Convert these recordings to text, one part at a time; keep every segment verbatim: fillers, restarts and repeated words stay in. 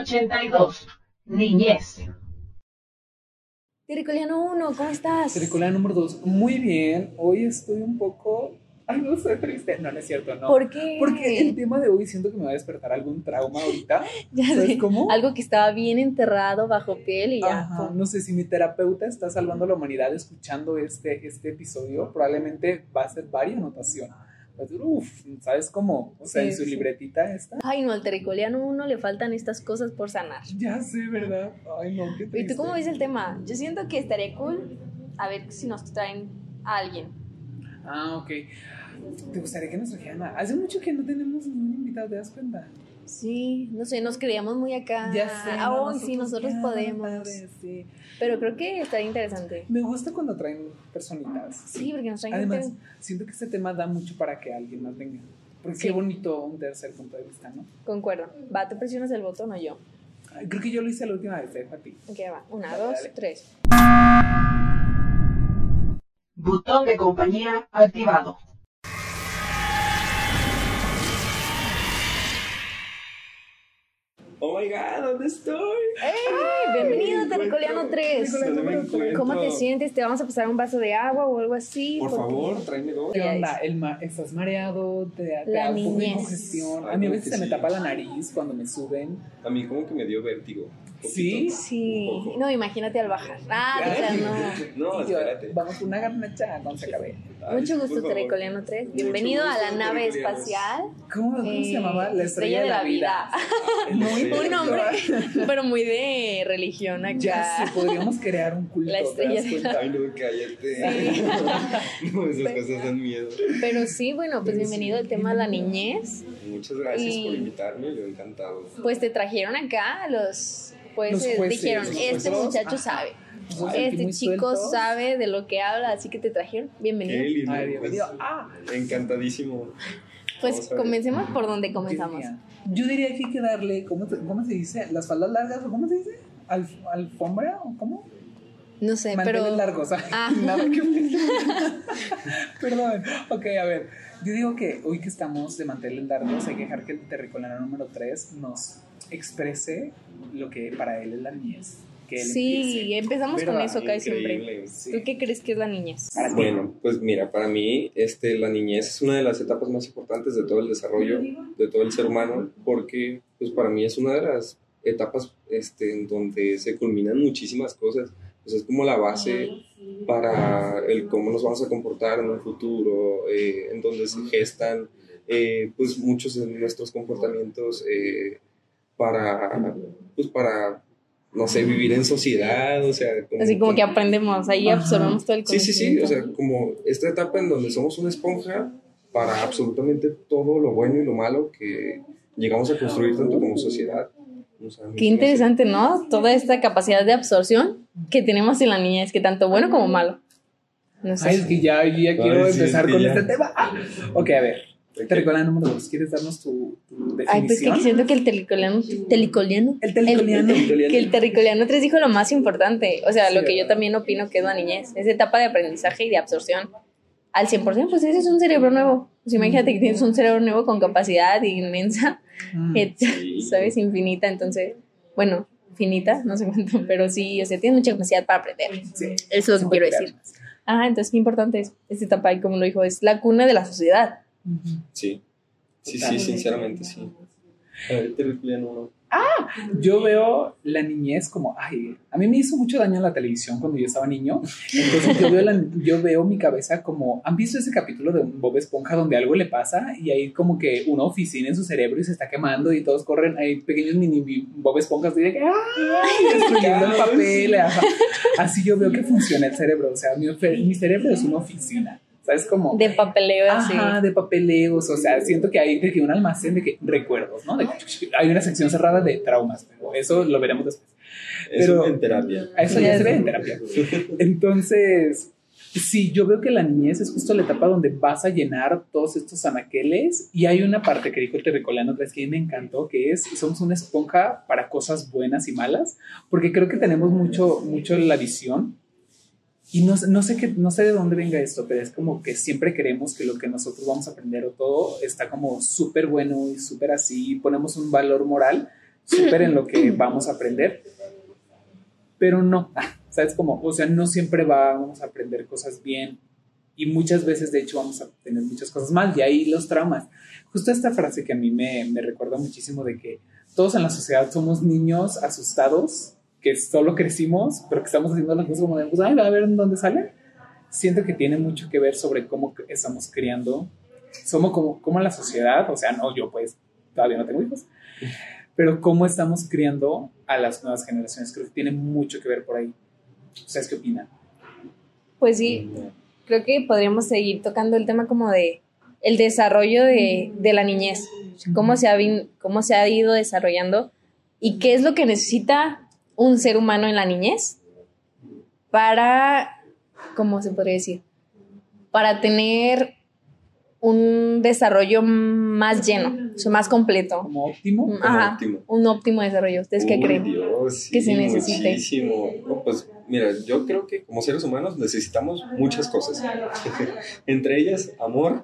ochenta y dos. Niñez. Terricoliano uno, ¿cómo estás? Terricoliano número dos, muy bien. Hoy estoy un poco... Ay, no sé, triste. No, no es cierto, no. ¿Por qué? Porque el tema de hoy siento que me va a despertar algún trauma ahorita. Ya ¿Sabes sé, cómo? algo que estaba bien enterrado bajo piel y ya. Ajá, no sé si mi terapeuta está salvando a la humanidad escuchando este, este episodio. Probablemente va a ser varias anotaciones. Va a decir, uff, ¿sabes cómo? O sea, Sí, en su sí. libretita está. Ay, no, al Terricoliano uno le faltan estas cosas por sanar. Ya sé, ¿verdad? Ay, no, qué triste. ¿Y tú cómo ves el tema? Yo siento que estaría cool a ver si nos traen a alguien. Ah, ok. ¿Te gustaría que nos trajeran? a- Hace mucho que no tenemos ningún invitado, ¿te das cuenta? Sí, no sé, nos creíamos muy acá. Ya sé. Ah, no, oh, sí, nosotros ya, podemos. padre, sí. Pero creo que estaría interesante. Me gusta cuando traen personitas. Sí, porque nos traen Además, gente- siento que este tema da mucho para que alguien más venga. Porque Sí. qué bonito un tercer punto de vista, ¿no? Concuerdo. Va, ¿tú presionas el botón o yo? Ay, creo que yo lo hice la última vez, te dejo a ti. Ok, va. Una, Dale, dos, dale. tres. Botón de compañía activado. Oh my god, ¿dónde estoy? ¡Ey! Bienvenido, Terricoliano tres. ¿Dónde me encuentro? ¿Cómo te sientes? ¿Te vamos a pasar un vaso de agua o algo así? Por Porque- favor, tráeme dos. ¿Qué Ya onda? El ma- ¿Estás mareado? ¿Te, te La da un poco de niñez. congestión? Ay, A mí a como veces que se me sí. tapa la nariz cuando me suben. A mí como que me dio vértigo. poquito. ¿Sí? Sí. Un poco. No, imagínate al bajar. Ah, o sea, no. No, Y yo, espérate. vamos por una garnacha cuando se acabe. Ay, Mucho por gusto, favor. Terricoliano tres. Mucho Bienvenido a gusto, la nave Terricolianos. espacial. ¿Cómo, cómo Eh, se llamaba? La estrella, de la vida. Muy Sí. Un nombre, pero muy de religión Ya acá. sé, podríamos crear un culto. La ¿te estrella das de cuenta? Ay, no, cállate. Sí. No, esas cosas dan miedo. Pero sí, bueno, pues bienvenido al tema de la niñez. Muchas gracias Y- por invitarme, yo encantado. Pues te trajeron acá los jueces, Los jueces, dijeron, los este jueces. muchacho Ajá. sabe, Nos sentimos este muy chico sueltos. sabe de lo que habla, así que te trajeron, Qué bienvenido. lindo. Ay, pues, bienvenido. Ah, encantadísimo. Pues Vamos a ver. comencemos por donde comenzamos. Dios mío. Yo diría que hay que darle, ¿cómo, se- cómo se dice? ¿Las faldas largas o cómo se dice? ¿Alf- ¿Alfombra o cómo? No sé, Manteles pero... largos. Ay, Ah. nada que Perdón. Ok, a ver. Yo digo que hoy que estamos de manteles largos, hay que dejar que el terricolano número tres nos exprese lo que para él es la niñez. Que él Sí, empiece. empezamos con ¿Verdad? eso casi siempre. Increíble. Sí. ¿Tú qué crees que es la niñez? Para ti. Bueno, pues mira, para mí este, la niñez es una de las etapas más importantes de todo el desarrollo de todo el ser humano, porque pues para mí es una de las etapas este, en donde se culminan muchísimas cosas. Pues es como la base para el cómo nos vamos a comportar en un futuro, eh, en donde se gestan eh, pues muchos de nuestros comportamientos eh, para, pues para, no sé, vivir en sociedad, o sea... Así como que aprendemos, ahí Ajá. absorbemos todo el Sí, sí, sí, conocimiento. o sea, como esta etapa en donde somos una esponja para absolutamente todo lo bueno y lo malo que llegamos a construir tanto como sociedad. O sea, a mí Qué se me hace- interesante, ¿no? Toda esta capacidad de absorción que tenemos en la niñez, que tanto bueno como malo. No sé. Ay, es que ya, yo ya quiero Ay, sí, empezar es que con ya. este tema. Ah, ok, a ver. Terricolano número dos. ¿Quieres darnos tu, tu Ay, pues que definición? siento que el terricoliano, telicoliano, El telicoliano. que el terricoliano tres dijo lo más importante, o sea, Sí, lo que yo ¿verdad? también opino que es la niñez, esa etapa de aprendizaje y de absorción al cien por ciento, pues ese es un cerebro nuevo, pues imagínate que tienes un cerebro nuevo con capacidad inmensa, Mm. que, Sí. sabes, infinita, entonces, bueno, finita, no sé cuánto, pero sí, o sea, tienes mucha capacidad para aprender, Sí. eso es lo que Súper quiero decir. Ajá, entonces qué importante es esta etapa y como lo dijo, es la cuna de la sociedad. Ujú. Sí, sí, sí, Totalmente. sinceramente, sí. A ver, Terricoliano uno. Yo veo la niñez como, ay, a mí me hizo mucho daño la televisión cuando yo estaba niño, entonces yo veo, la- yo veo mi cabeza como, ¿han visto ese capítulo de Bob Esponja donde algo le pasa y hay como que una oficina en su cerebro y se está quemando y todos corren, hay pequeños mini Bob Esponjas y de que, ¡ay! Destruyendo el papel, ajá. Así yo veo que funciona el cerebro, o sea, mi, mi cerebro es una oficina, ¿sabes? Como... De papeleo así. Ajá, de papeleos, o sea, siento que hay de que un almacén de que recuerdos, ¿no? De que hay una sección cerrada de traumas, pero eso lo veremos después. Eso Pero- en terapia. Eso ya se ve en terapia. Entonces, sí, yo veo que la niñez es justo la etapa donde vas a llenar todos estos anaqueles y hay una parte que dijo el terricolano otra vez que a mí me encantó, que es, somos una esponja para cosas buenas y malas, porque creo que tenemos mucho, mucho la visión. Y no, no, sé qué, no sé de dónde venga esto, pero es como que siempre creemos que lo que nosotros vamos a aprender o todo está como súper bueno y súper así, y ponemos un valor moral súper en lo que vamos a aprender, pero no, ¿sabes cómo? O sea, no siempre vamos a aprender cosas bien y muchas veces, de hecho, vamos a tener muchas cosas mal, y ahí los traumas. Justo esta frase que a mí me, me recuerda muchísimo de que todos en la sociedad somos niños asustados, que solo crecimos, pero que estamos haciendo las cosas como de, pues, ay, a ver dónde sale. Siento que tiene mucho que ver sobre cómo estamos criando. Somos como, como la sociedad, o sea, no, yo pues todavía no tengo hijos, pero cómo estamos criando a las nuevas generaciones. Creo que tiene mucho que ver por ahí. ¿Ustedes qué opinan? Pues sí, creo que podríamos seguir tocando el tema como de el desarrollo de, de la niñez, cómo se, ha vin, cómo se ha ido desarrollando y qué es lo que necesita un ser humano en la niñez para, ¿cómo se podría decir? Para tener un desarrollo más lleno, o sea, más completo. ¿Como óptimo? Ajá, óptimo. Un óptimo desarrollo. ¿Ustedes qué Uy, creen? Dios, sí, que se necesite. Muchísimo. No, pues mira, yo creo que como seres humanos necesitamos muchas cosas. Entre ellas, amor,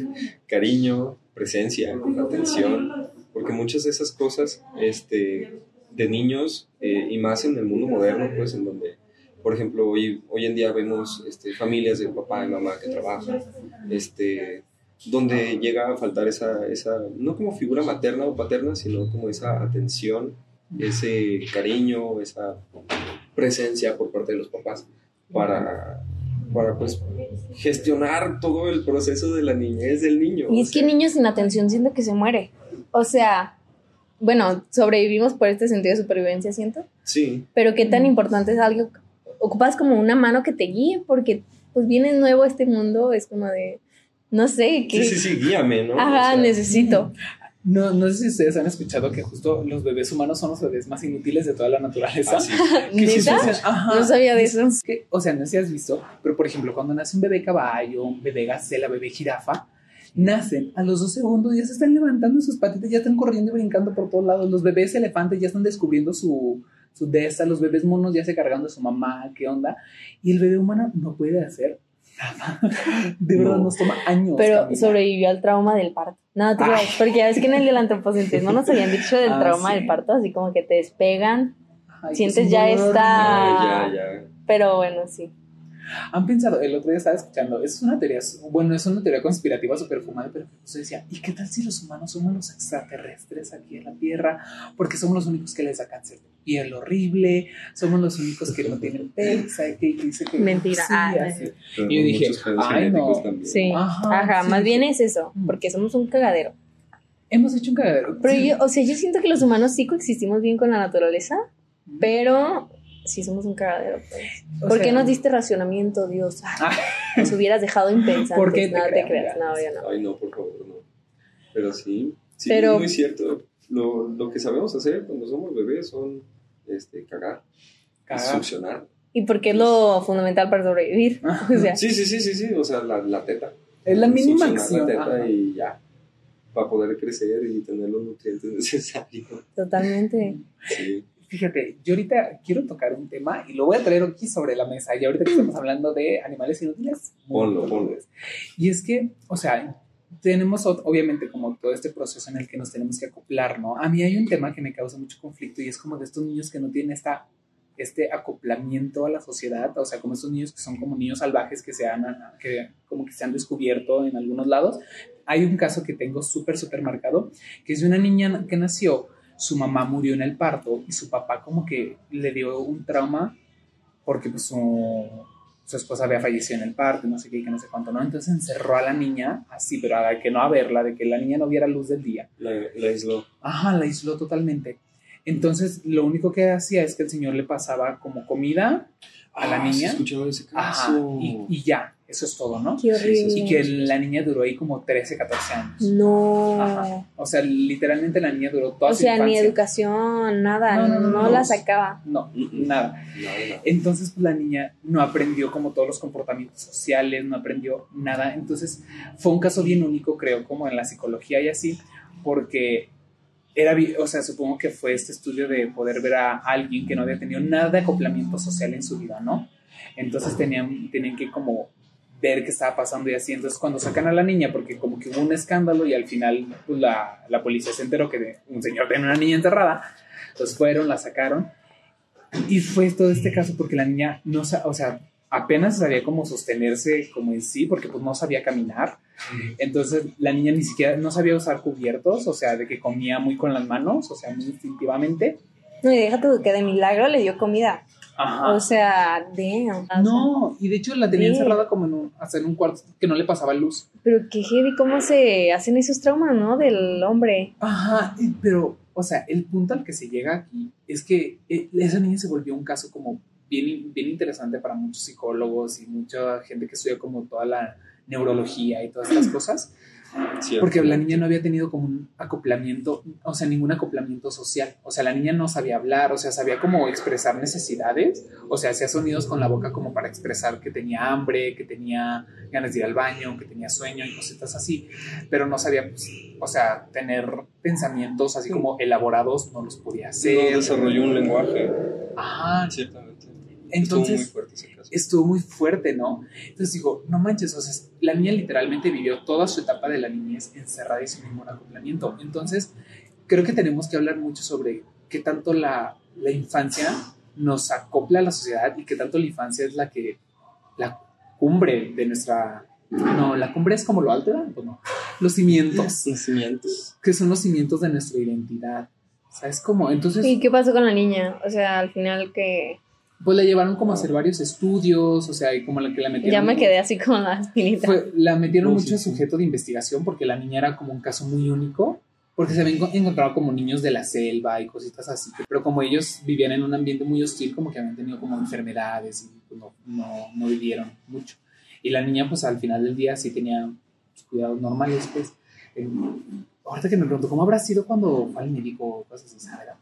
cariño, presencia, atención, porque muchas de esas cosas este, de niños, eh, y más en el mundo moderno, pues en donde, por ejemplo, hoy, hoy en día vemos este, familias de papá y mamá que trabajan, este, donde llega a faltar esa, esa, no como figura materna o paterna, sino como esa atención, ese cariño, esa presencia por parte de los papás para, para pues gestionar todo el proceso de la niñez del niño. Y es que niño sin atención siento que se muere. O sea, bueno, sobrevivimos por este sentido de supervivencia, siento. Sí. Pero qué tan importante es algo, ocupas como una mano que te guíe, porque pues vienes nuevo a este mundo, es como de, no sé, que... Sí, sí, sí, guíame, ¿no? Ajá, o sea, necesito. No, no sé si ustedes han escuchado que justo los bebés humanos son los bebés más inútiles de toda la naturaleza. Ah, sí. Que si ¿Neta? ustedes- ajá. No sabía de eso. Es que, o sea, no sé si has visto, pero por ejemplo, cuando nace un bebé caballo, un bebé gacela, bebé jirafa, nacen a los dos segundos, ya se están levantando sus patitas, ya están corriendo y brincando por todos lados. Los bebés elefantes ya están descubriendo su, su de esta, los bebés monos ya se cargando a su mamá, qué onda. Y el bebé humano no puede hacer nada. De verdad, No. nos toma años. Pero caminar. sobrevivió al trauma del parto. No, te creas, porque ya ves que en el del antropocentrismo nos habían dicho del Ah, trauma sí. del parto, así como que te despegan, Ay, sientes es un ya dolor. esta- No, ya, ya. pero bueno, sí. Han pensado, el otro día estaba escuchando, es una teoría, bueno, es una teoría conspirativa súper fumada, pero yo decía, ¿y qué tal si los humanos somos los extraterrestres aquí en la Tierra? Porque somos los únicos que les da cáncer de piel horrible, somos los únicos que no tienen pelo, ¿sabe qué? Que dice que Mentira. sí, Ah, así. Pero Y yo dije, muchos pedos ay, genéticos no. también. Sí, Ajá, ajá, sí, más sí. bien es eso, Mm. porque somos un cagadero. Hemos hecho un cagadero. Pero Sí. yo, o sea, yo siento que los humanos sí coexistimos bien con la naturaleza, pero sí somos un cagadero, pues. O ¿Por sea, qué nos diste racionamiento, Dios? Ay, Ah, nos hubieras dejado impensantes. ¿Por qué te no te crean, creas, ya? no, yo no. Ay, no, por favor, no. Pero sí, sí, Pero- es muy cierto. Lo, lo que sabemos hacer cuando somos bebés son este, cagar, Cagar. succionar. ¿Y por qué es lo fundamental para sobrevivir? O sea, Sí, sí, sí, sí, sí, o sea, la, la teta. es la mínima Succionar acción. la teta Ajá. y ya, para poder crecer y tener los nutrientes necesarios. totalmente. Sí. Fíjate, yo ahorita quiero tocar un tema y lo voy a traer aquí sobre la mesa. Y ahorita que estamos hablando de animales inútiles, muy Ponlo, ponlo. inútiles. Y es que, o sea, tenemos ot- obviamente como todo este proceso en el que nos tenemos que acoplar, ¿no? A mí hay un tema que me causa mucho conflicto y es como de estos niños que no tienen esta, este acoplamiento a la sociedad, o sea, como estos niños que son como niños salvajes que se han, que como que se han descubierto en algunos lados. Hay un caso que tengo súper, súper marcado, que es de una niña que nació, su mamá murió en el parto y su papá como que le dio un trauma porque pues su, su esposa había fallecido en el parto y no sé qué, y que no sé cuánto, ¿no? Entonces encerró a la niña así, pero a que no a verla, de que la niña no viera luz del día. La, la aisló. Ajá, la aisló totalmente. Entonces lo único que hacía es que el señor le pasaba como comida a la Ah, niña. sí he escuchado ese Ajá, caso. y, y ya, eso es todo, ¿no? Qué horrible. Y que la niña duró ahí como trece, catorce años. No. Ajá. O sea, literalmente la niña duró toda O su sea, ni infancia. educación, nada, No, no, no, no, no. la sacaba. No, Mm-mm. nada. Nada, nada. Entonces, pues la niña no aprendió como todos los comportamientos sociales, no aprendió nada. Entonces, fue un caso bien único, creo, como en la psicología y así, porque era, vi- o sea, supongo que fue este estudio de poder ver a alguien que no había tenido nada de acoplamiento social en su vida, ¿no? Entonces tenían, tenían que como ver qué estaba pasando y así. Entonces, cuando sacan a la niña, porque como que hubo un escándalo y al final pues, la, la policía se enteró que de- un señor tenía una niña enterrada, Entonces fueron, la sacaron. Y fue todo este caso porque la niña no, o sea, apenas sabía cómo sostenerse como en sí, porque pues no sabía caminar. Entonces la niña ni siquiera, no sabía usar cubiertos, o sea, de que comía muy con las manos, o sea, muy instintivamente. No, y déjate que de milagro le dio comida. Ajá. O sea, damn. No, y de hecho la tenía Sí. encerrada como en un, hasta en un cuarto que no le pasaba luz. Pero qué heavy cómo se hacen esos traumas, ¿no? Del hombre. Ajá, y- pero, o sea, el punto al que se llega aquí es que eh, esa niña se volvió un caso como bien, bien interesante para muchos psicólogos y mucha gente que estudia como toda la neurología y todas estas cosas. Cierto. Porque la niña no había tenido como un acoplamiento, o sea, ningún acoplamiento social. O sea, la niña no sabía hablar, o sea, sabía como expresar necesidades, o sea, hacía sonidos con la boca como para expresar que tenía hambre, que tenía ganas de ir al baño, que tenía sueño y cositas así, pero no sabía, pues, o sea, tener pensamientos así como elaborados, no los podía hacer. No desarrolló un lenguaje. Ajá, Ciertamente. entonces Estuvo muy fuerte ese caso. estuvo muy fuerte, ¿no? Entonces digo, no manches, o sea, la niña literalmente vivió toda su etapa de la niñez encerrada y sin ningún acoplamiento. Entonces, creo que tenemos que hablar mucho sobre qué tanto la, la infancia nos acopla a la sociedad y qué tanto la infancia es la que, la cumbre de nuestra... No, la cumbre es como lo alto, ¿verdad? Pues no. Los cimientos, Los cimientos. que son los cimientos de nuestra identidad. ¿Sabes cómo? Entonces... ¿Y qué pasó con la niña? O sea, al final que... Pues la llevaron como a hacer varios estudios, o sea, y como la que la metieron... Ya me quedé así con la espinita. Fue, la metieron No, mucho sí, a sí. sujeto de investigación porque la niña era como un caso muy único, porque se habían enco- encontrado como niños de la selva y cositas así, pero como ellos vivían en un ambiente muy hostil, como que habían tenido como enfermedades y pues, no, no, no vivieron mucho. Y la niña pues al final del día sí tenía pues, cuidados normales, pues. Eh, ahorita que me pregunto, ¿cómo habrá sido cuando fue al médico o cosas así, ¿sabes?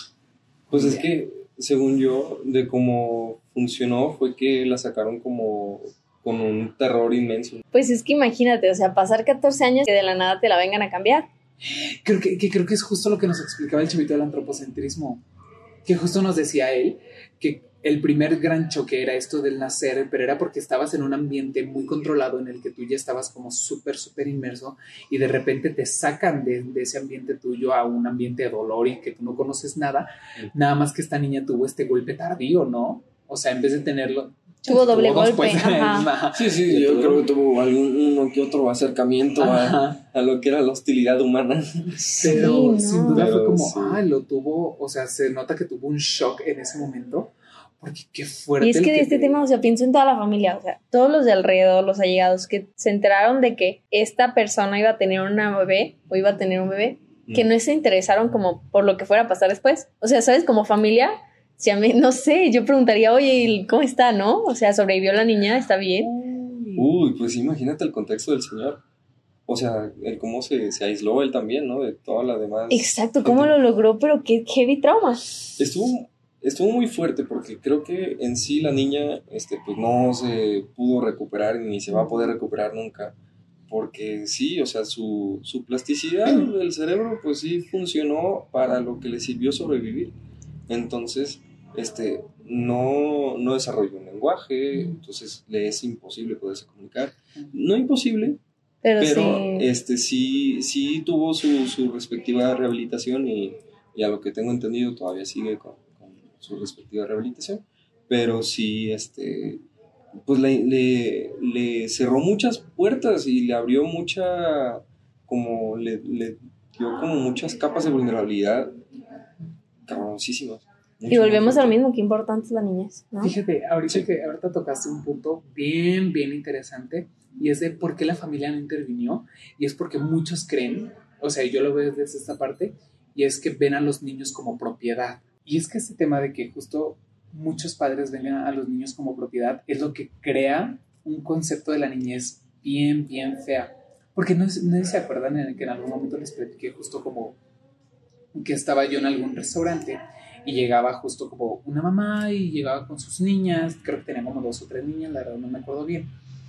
Pues es que, según yo, de cómo funcionó, fue que la sacaron como con un terror inmenso. Pues es que imagínate, o sea, pasar catorce años que de la nada te la vengan a cambiar. Creo que, que creo que es justo lo que nos explicaba el chavito del antropocentrismo, que justo nos decía él que el primer gran choque era esto del nacer, pero era porque estabas en un ambiente muy controlado en el que tú ya estabas como súper, súper inmerso y de repente te sacan de, de ese ambiente tuyo a un ambiente de dolor y que tú no conoces nada, nada más que esta niña tuvo este golpe tardío, ¿no? O sea, en vez de tenerlo... Tuvo doble dos, golpe, pues. ajá. Sí, sí, yo creo que tuvo algún uno que otro acercamiento a, Ajá. a lo que era la hostilidad humana. Pero Sí, sin no. duda fue Pero como, sí. ah, lo tuvo, o sea, se nota que tuvo un shock en ese momento, porque qué fuerte. Y es el que de este te- tema, o sea, pienso en toda la familia, o sea, todos los de alrededor, los allegados, que se enteraron de que esta persona iba a tener una bebé, o iba a tener un bebé, que Mm. no se interesaron como por lo que fuera a pasar después. O sea, ¿sabes? Como familia, si a mí, no sé, yo preguntaría, oye, ¿cómo está, no? O sea, ¿sobrevivió la niña? ¿Está bien? Uy, pues imagínate el contexto del señor. O sea, el cómo se, se aisló él también, ¿no? De toda la demás. Exacto, ¿cómo gente. lo logró? Pero qué heavy trauma. Estuvo, estuvo muy fuerte porque creo que en sí la niña este, pues no se pudo recuperar ni se va a poder recuperar nunca. Porque sí, o sea, su, su plasticidad del cerebro pues sí funcionó para lo que le sirvió sobrevivir. Entonces, este, no, no desarrolló un lenguaje, entonces le es imposible poderse comunicar. No imposible, Pero, pero sí. este sí, sí tuvo su, su respectiva rehabilitación y, y a lo que tengo entendido todavía sigue con, con su respectiva rehabilitación, pero sí este pues le, le, le cerró muchas puertas y le abrió mucha como le, le dio como muchas capas de vulnerabilidad cabroncísimas. Y volvemos a lo mismo, qué importante es la niñez, ¿no? Fíjate, ahorita Sí. que ahorita tocaste un punto bien, bien interesante, y es de por qué la familia no intervinió, y es porque muchos creen, o sea, yo lo veo desde esta parte, y es que ven a los niños como propiedad. Y es que este tema de que justo muchos padres ven a los niños como propiedad es lo que crea un concepto de la niñez bien, bien fea. Porque no, no se acuerdan en que en algún momento les platiqué justo como que estaba yo en algún restaurante y llegaba justo como una mamá y llegaba con sus niñas, creo que tenía como dos o tres niñas, la verdad no me acuerdo bien.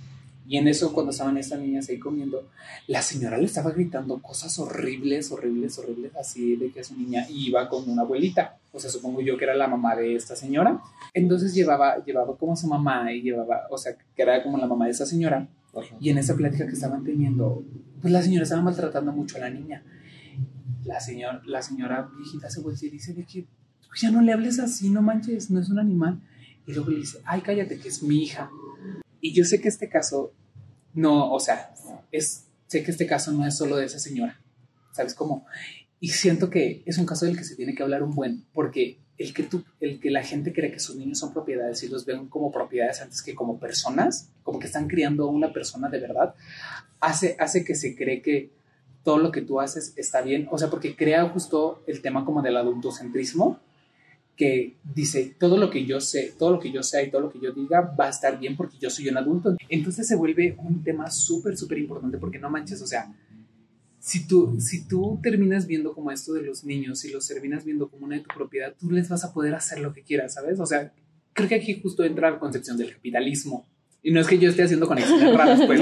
Y en eso, cuando estaban estas niñas ahí comiendo, la señora le estaba gritando cosas horribles, horribles, horribles, así de que su niña iba con una abuelita. O sea, supongo yo que era la mamá de esta señora. Entonces llevaba, llevaba como su mamá y llevaba, o sea, que era como la mamá de esa señora. Ajá. Y en esa plática que estaban teniendo, pues la señora estaba maltratando mucho a la niña. la, señor, la señora viejita se vuelve y dice de que pues ya no le hables así, no manches, no es un animal. Y luego le dice, ay, cállate, que es mi hija. Y yo sé que este caso, no, o sea, es, sé que este caso no es solo de esa señora, ¿sabes cómo? Y siento que es un caso del que se tiene que hablar un buen, porque el que, tú, el que la gente cree que sus niños son propiedades y los ven como propiedades antes que como personas, como que están criando a una persona de verdad, hace, hace que se cree que todo lo que tú haces está bien, o sea, porque crea justo el tema como del adultocentrismo, que dice, todo lo que yo sé, todo lo que yo sé y todo lo que yo diga va a estar bien porque yo soy un adulto. Entonces se vuelve un tema súper, súper importante porque no manches, o sea, si tú, si tú terminas viendo como esto de los niños y los terminas viendo como una de tu propiedad, tú les vas a poder hacer lo que quieras, ¿sabes? O sea, creo que aquí justo entra la concepción del capitalismo. Y no es que yo esté haciendo conexiones raras, pues.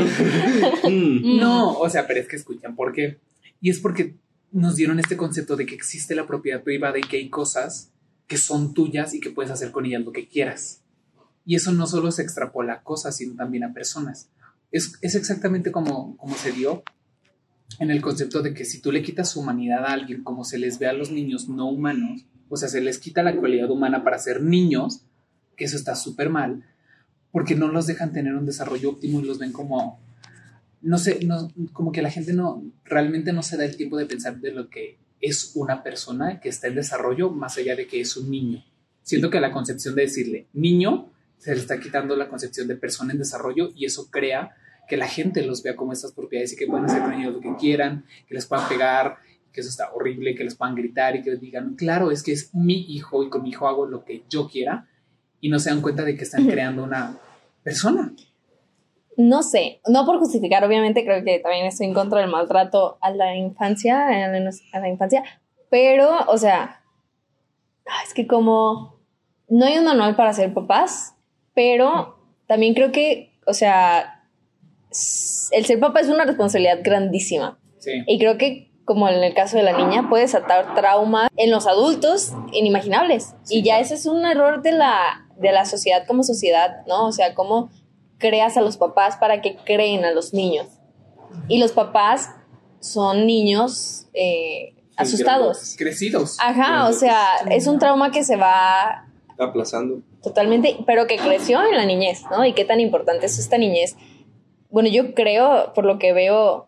No, o sea, pero es que escuchan, ¿por qué? Y es porque nos dieron este concepto de que existe la propiedad privada y que hay cosas que son tuyas y que puedes hacer con ellas lo que quieras. Y eso no solo se extrapola a cosas, sino también a personas. Es, es exactamente como, como se dio en el concepto de que si tú le quitas su humanidad a alguien, como se les ve a los niños no humanos, o sea, se les quita la cualidad humana para ser niños, que eso está súper mal, porque no los dejan tener un desarrollo óptimo y los ven como, no sé, no, como que la gente no, realmente no se da el tiempo de pensar de lo que es una persona que está en desarrollo más allá de que es un niño. Siento que la concepción de decirle niño se le está quitando la concepción de persona en desarrollo y eso crea que la gente los vea como estas propiedades y que pueden hacer con ellos lo que quieran, que les puedan pegar, que eso está horrible, que les puedan gritar y que digan, claro, es que es mi hijo y con mi hijo hago lo que yo quiera y no se dan cuenta de que están creando una persona. No sé, no por justificar, obviamente creo que también estoy en contra del maltrato a la infancia, a la, a la infancia, pero, o sea, es que como no hay un manual para ser papás, pero también creo que, o sea, el ser papá es una responsabilidad grandísima. Sí. Y creo que, como en el caso de la niña, puede desatar traumas en los adultos inimaginables. Sí, y ya claro. Ese es un error de la, de la sociedad como sociedad, ¿no? O sea, cómo creas a los papás para que creen a los niños. Y los papás son niños eh, asustados. Crecidos. Ajá, o sea, es un trauma que se va aplazando. Totalmente, pero que creció en la niñez, ¿no? Y qué tan importante es esta niñez. Bueno, yo creo, por lo que veo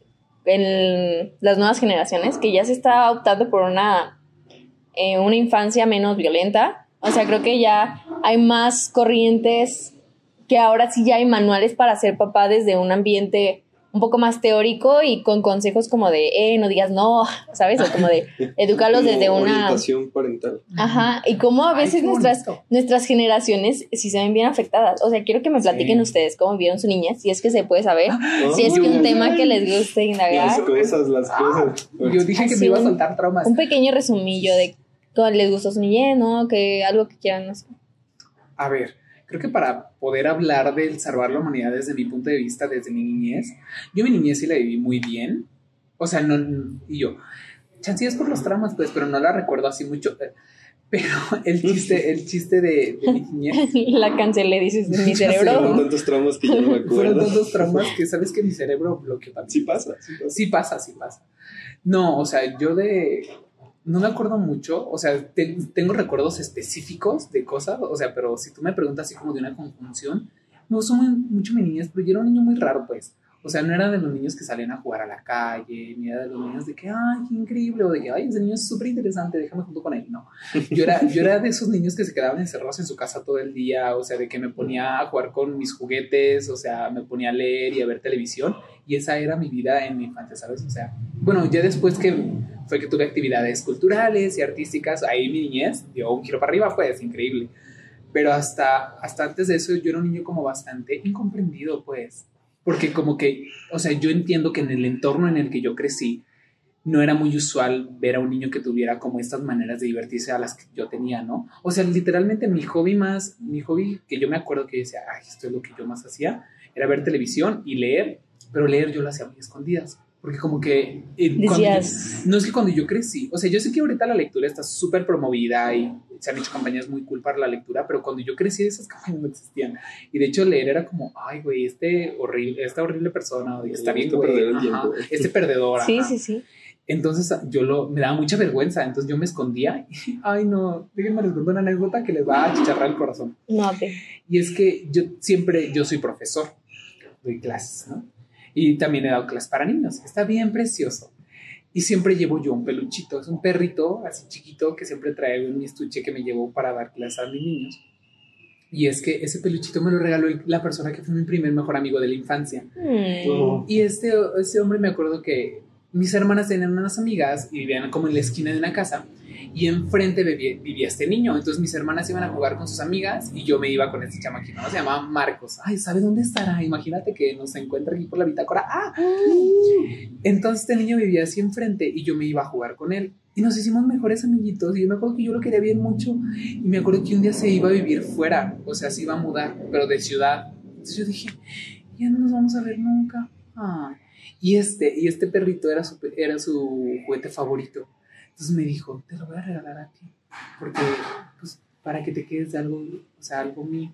en las nuevas generaciones, que ya se está optando por una, eh, una infancia menos violenta. O sea, creo que ya hay más corrientes, que ahora sí ya hay manuales para ser papá desde un ambiente un poco más teórico y con consejos como de, eh, no digas no, ¿sabes? O como de educarlos como desde una... orientación parental. Ajá, y como a veces Ay, nuestras, nuestras generaciones sí se ven bien afectadas. O sea, quiero que me platiquen sí. ustedes cómo vivieron su niñez, si es que se puede saber, oh, si es que un tema que les guste indagar. Las cosas, las cosas. Yo dije que Así me iba a un, soltar traumas. Un pequeño resumillo de cómo les gustó su niñez, ¿no? Que algo que quieran, no sé. A ver, creo que para poder hablar del salvar la humanidad desde mi punto de vista, desde mi niñez, yo mi niñez sí la viví muy bien. O sea, no, y yo, chance es por los traumas, pues, pero no la recuerdo así mucho. Pero el chiste, el chiste de, de mi niñez. La cancelé, dices, de mi cerebro. Fueron tantos traumas que yo no me acuerdo. Fueron tantos traumas que sabes que mi cerebro bloqueó también. Sí pasa, sí pasa. Sí pasa, sí pasa. No, o sea, yo de... No me acuerdo mucho, o sea, te, tengo recuerdos específicos de cosas, o sea, pero si tú me preguntas así como de una conjunción, me gustó muy, mucho mi niñez, pero yo era un niño muy raro, pues. O sea, no era de los niños que salían a jugar a la calle, ni era de los niños de que, ay, qué increíble, o de que, ay, ese niño es súper interesante, déjame junto con él. No, yo era, yo era de esos niños que se quedaban encerrados en su casa todo el día, o sea, de que me ponía a jugar con mis juguetes, o sea, me ponía a leer y a ver televisión, y esa era mi vida en mi infancia, ¿sabes? O sea, bueno, ya después que fue que tuve actividades culturales y artísticas, ahí mi niñez dio un giro para arriba, pues, increíble. Pero hasta, hasta antes de eso yo era un niño como bastante incomprendido, pues. Porque como que, o sea, yo entiendo que en el entorno en el que yo crecí no era muy usual ver a un niño que tuviera como estas maneras de divertirse a las que yo tenía, ¿no? O sea, literalmente mi hobby más, mi hobby que yo me acuerdo que yo decía, ay, esto es lo que yo más hacía, era ver televisión y leer, pero leer yo lo hacía muy escondidas. Porque como que... Eh, cuando yo, no es que cuando yo crecí, o sea, yo sé que ahorita la lectura está súper promovida y se han hecho campañas muy cool para la lectura, pero cuando yo crecí esas campañas no existían. Y de hecho leer era como, ay, güey, este horrible, esta horrible persona, está bien, güey, perder el ajá, tiempo. este perdedor. Sí, ajá. sí, sí. Entonces yo lo, me daba mucha vergüenza, entonces yo me escondía. Y, ay, no, déjenme les cuento una anécdota que les va a achicharrar el corazón. No, te. Y es que yo siempre, yo soy profesor, doy clases, ¿no? Y también he dado clases para niños, está bien precioso. Y siempre llevo yo un peluchito, es un perrito así chiquito que siempre traigo en mi estuche que me llevo para dar clases a mis niños. Y es que ese peluchito me lo regaló la persona que fue mi primer mejor amigo de la infancia. Mm. Y este, este hombre, me acuerdo que mis hermanas tenían unas amigas y vivían como en la esquina de una casa y enfrente vivía, vivía este niño. Entonces mis hermanas iban a jugar con sus amigas y yo me iba con este chamaquito, ¿no? Se llamaba Marcos. Ay, ¿sabe dónde estará? Imagínate que nos encuentra aquí por la bitácora. ¡Ah! Entonces este niño vivía así enfrente y yo me iba a jugar con él. Y nos hicimos mejores amiguitos. Y yo me acuerdo que yo lo quería bien mucho. Y me acuerdo que un día se iba a vivir fuera. O sea, se iba a mudar, pero de ciudad. Entonces yo dije, ya no nos vamos a ver nunca. Ay. Y este, y este perrito era su, era su juguete favorito. Entonces me dijo, te lo voy a regalar a ti. Porque, pues, para que te quedes de algo, o sea, algo mío.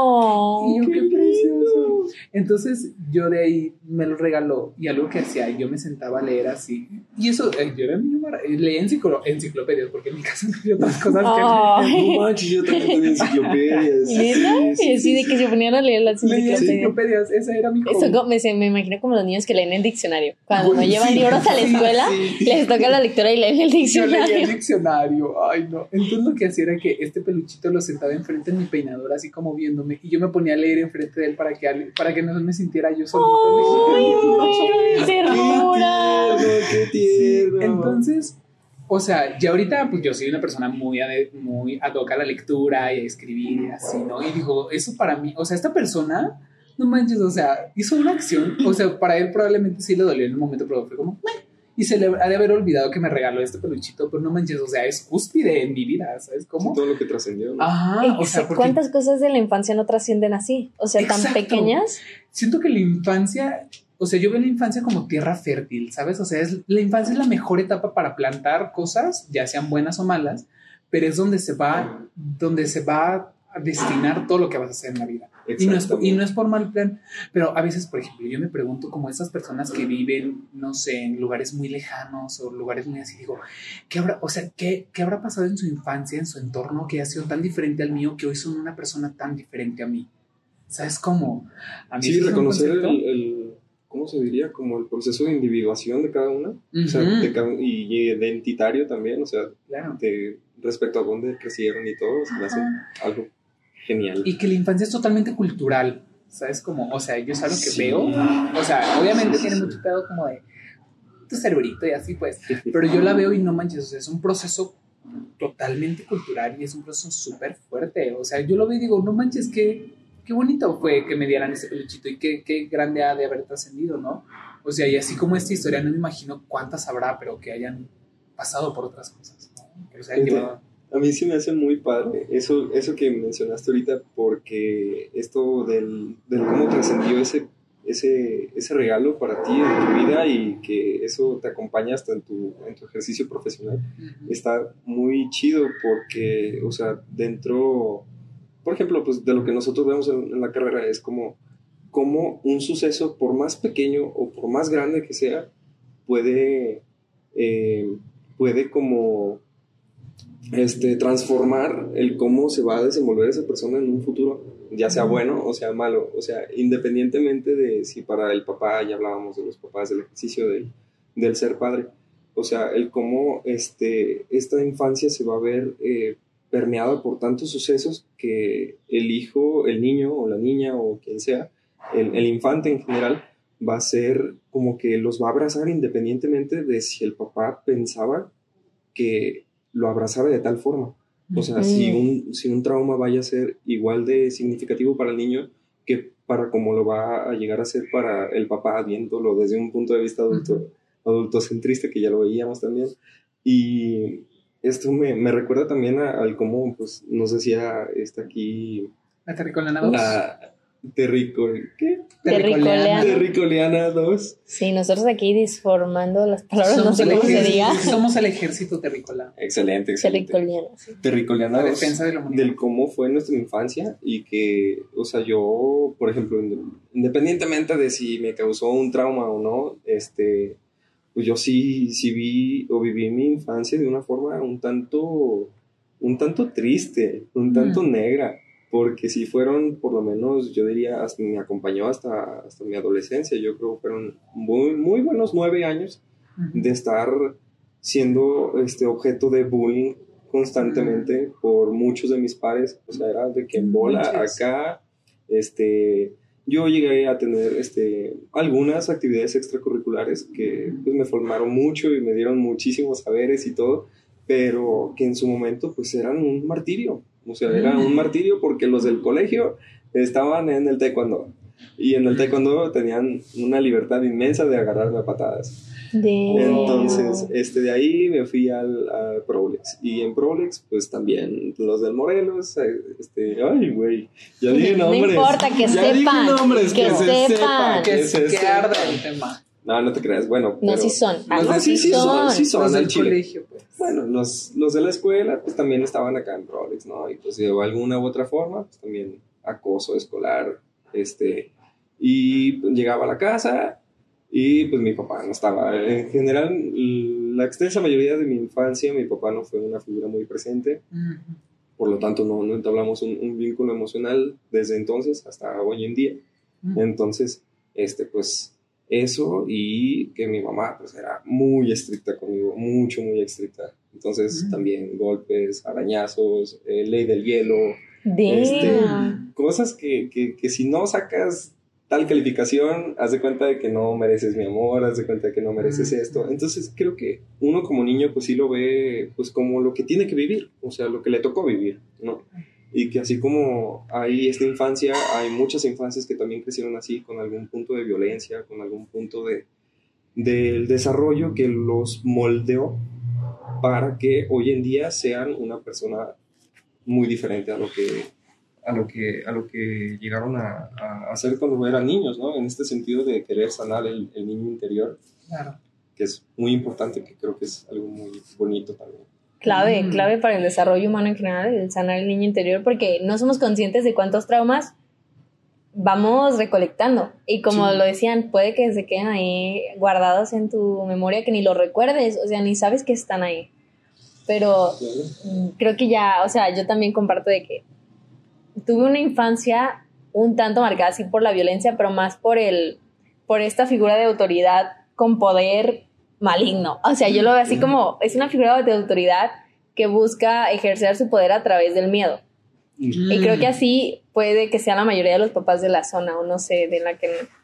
Oh, Y yo, qué precioso. Entonces yo de ahí me lo regaló y algo que hacía, yo me sentaba a leer así. Y eso, eh, yo era niño, mara- leía enciclo- enciclopedias, porque en mi casa no había otras cosas Oh. que No manches, yo también tenía enciclopedias. ¿neta? Sí, sí, Sí, de que se ponían a leer las leía enciclopedias. enciclopedias, esa era mi Eso hobby. co- me, se- me imagino como los niños que leen el diccionario. Cuando no Güey, llevan sí, libros a la sí, escuela, sí. les toca la lectura y leen el Yo leía el diccionario. diccionario, ay no. Entonces lo que hacía era que este peluchito lo sentaba enfrente en mi peinador, así como viéndome, y yo me ponía a leer enfrente de él para que, para que no me sintiera yo solito. ¡Ay, leyendo. qué ternura! Qué tierno. Entonces, o sea, ya ahorita pues yo soy una persona muy, ade- muy ad hoc a la lectura y a escribir y así, ¿no? Y digo, eso para mí, o sea, esta persona, no manches, o sea, hizo una acción, o sea, para él probablemente sí le dolió en un momento, pero fue como, "Meh", y se le ha de haber olvidado que me regaló este peluchito, pero no manches, o sea, es cúspide en mi vida, ¿sabes cómo? Todo lo que trascendió, ¿no? Ajá, o sea, porque ¿Cuántas cosas de la infancia no trascienden así? O sea, tan Exacto. pequeñas. siento que la infancia, o sea, yo veo la infancia como tierra fértil, ¿sabes? O sea, es, la infancia es la mejor etapa para plantar cosas, ya sean buenas o malas, pero es donde se va, donde se va a destinar todo lo que vas a hacer en la vida. Y no, es, por- y no es por mal plan, pero a veces, por ejemplo, yo me pregunto como esas personas que viven, no sé, en lugares muy lejanos o lugares muy así, digo, ¿qué habrá, o sea, ¿qué, qué habrá pasado en su infancia, en su entorno que ha sido tan diferente al mío que hoy son una persona tan diferente a mí? ¿Sabes cómo? A mí Sí, eso es un reconocer el, concepto. el, ¿cómo se diría? Como el proceso de individuación de cada una. O sea, Ujú. de cada- y, y identitario también, o sea, Claro. de, respecto a dónde crecieron y todo, se me hace Ajá. algo genial. Y que la infancia es totalmente cultural, ¿sabes? Como, o sea, yo es algo que Sí. veo, o sea, obviamente Sí, sí, tiene sí. mucho pedo como de tu cerebrito y así pues, pero yo la veo y no manches, o sea, es un proceso totalmente cultural y es un proceso súper fuerte, o sea, yo lo veo y digo, no manches, qué, qué bonito fue que me dieran ese peluchito y qué, qué grande ha de haber trascendido, ¿no? O sea, y así como esta historia, no me imagino cuántas habrá, pero que hayan pasado por otras cosas, ¿no? Que los hayan Ente- llevado. A mí sí me hace muy padre eso, eso que mencionaste ahorita, porque esto del, del cómo trascendió ese, ese, ese regalo para ti en tu vida y que eso te acompaña hasta en tu, en tu ejercicio profesional, Ujú. está muy chido porque, o sea, dentro, por ejemplo, pues de lo que nosotros vemos en, en la carrera es como, como un suceso, por más pequeño o por más grande que sea, puede, eh, puede como este, transformar el cómo se va a desenvolver esa persona en un futuro, ya sea bueno o sea malo, o sea, independientemente de si para el papá, ya hablábamos de los papás, del ejercicio del, del ser padre, o sea, el cómo este, esta infancia se va a ver eh, permeada por tantos sucesos que el hijo, el niño o la niña o quien sea, el, el infante en general, va a ser como que los va a abrazar independientemente de si el papá pensaba que lo abrazara de tal forma. O sea, Ujú. si, un, si un trauma vaya a ser igual de significativo para el niño que para como lo va a llegar a ser para el papá, viéndolo desde un punto de vista adulto, Ujú. adultocentrista, que ya lo veíamos también. Y esto me, me recuerda también a- al cómo pues, nos decía está aquí ¿La Terricolana dos? la Terrico, ¿qué? Terricoleana. Terricoleana dos. Sí, nosotros aquí disformando las palabras, no Somos sé el cómo se ejército- diga. Somos el ejército terricolano. Excelente, excelente. Terricoliana, sí. Terricoleana La dos, defensa de la humanidad. del cómo fue nuestra infancia y que, o sea, yo, por ejemplo, inde- independientemente de si me causó un trauma o no, este, pues yo sí, sí vi o viví mi infancia de una forma un tanto, un tanto triste, un tanto mm. negra, porque sí fueron, por lo menos, yo diría, hasta, me acompañó hasta, hasta mi adolescencia. Yo creo que fueron muy, muy buenos nueve años uh-huh. de estar siendo este, objeto de bullying constantemente uh-huh. por muchos de mis pares. O sea, era de que en bola acá, este... Yo llegué a tener este, algunas actividades extracurriculares que pues, me formaron mucho y me dieron muchísimos saberes y todo, pero que en su momento pues eran un martirio. O sea, era un martirio porque los del colegio estaban en el taekwondo. Y en el taekwondo tenían una libertad inmensa de agarrarme a patadas. Damn. Entonces, este, de ahí me fui al, al Prolex. Y en Prolex, pues también los del Morelos. Este, ay, güey. Ya dije nombres. No importa, que ya sepan. Dije nombres, que, que sepan. se sepa. Que, Que, se se que arda sepa. el tema. No, no te creas. Bueno, no, pero sí son. Ah, los no, de, sí, sí son. son. Sí son los al del Chile. colegio, pues. Bueno, los, los de la escuela, pues también estaban acá en Prolex, ¿no? Y pues de alguna u otra forma, pues también acoso escolar. Este, y pues, llegaba a la casa y pues mi papá no estaba. En general, la extensa mayoría de mi infancia, mi papá no fue una figura muy presente. Uh-huh. Por lo tanto, no, no entablamos un, un vínculo emocional desde entonces hasta hoy en día. Uh-huh. Entonces, este, pues, eso y que mi mamá, pues, era muy estricta conmigo, mucho, muy estricta. Entonces, uh-huh. también golpes, arañazos, eh, ley del hielo. Este, cosas que, que, que si no sacas tal calificación, haz de cuenta de que no mereces mi amor, haz de cuenta de que no mereces esto. Entonces creo que uno como niño pues sí lo ve pues como lo que tiene que vivir, o sea, lo que le tocó vivir, ¿no? Y que así como hay esta infancia, hay muchas infancias que también crecieron así, con algún punto de violencia, con algún punto de del desarrollo que los moldeó para que hoy en día sean una persona muy diferente a lo que a lo que, a lo que llegaron a, a hacer cuando eran niños, ¿no? En este sentido de querer sanar el, el niño interior, claro. que es muy importante, que creo que es algo muy bonito también. Clave, mm. clave para el desarrollo humano en general, el sanar el niño interior, porque no somos conscientes de cuántos traumas vamos recolectando. Y como sí. lo decían, puede que se queden ahí guardados en tu memoria, que ni los recuerdes, o sea, ni sabes que están ahí. Pero claro. creo que ya, o sea, yo también comparto de que tuve una infancia un tanto marcada así por la violencia, pero más por el por esta figura de autoridad con poder maligno. O sea, yo lo veo así como, es una figura de autoridad que busca ejercer su poder a través del miedo. Mm. Y creo que así puede que sea la mayoría de los papás de la zona, o no sé, de la que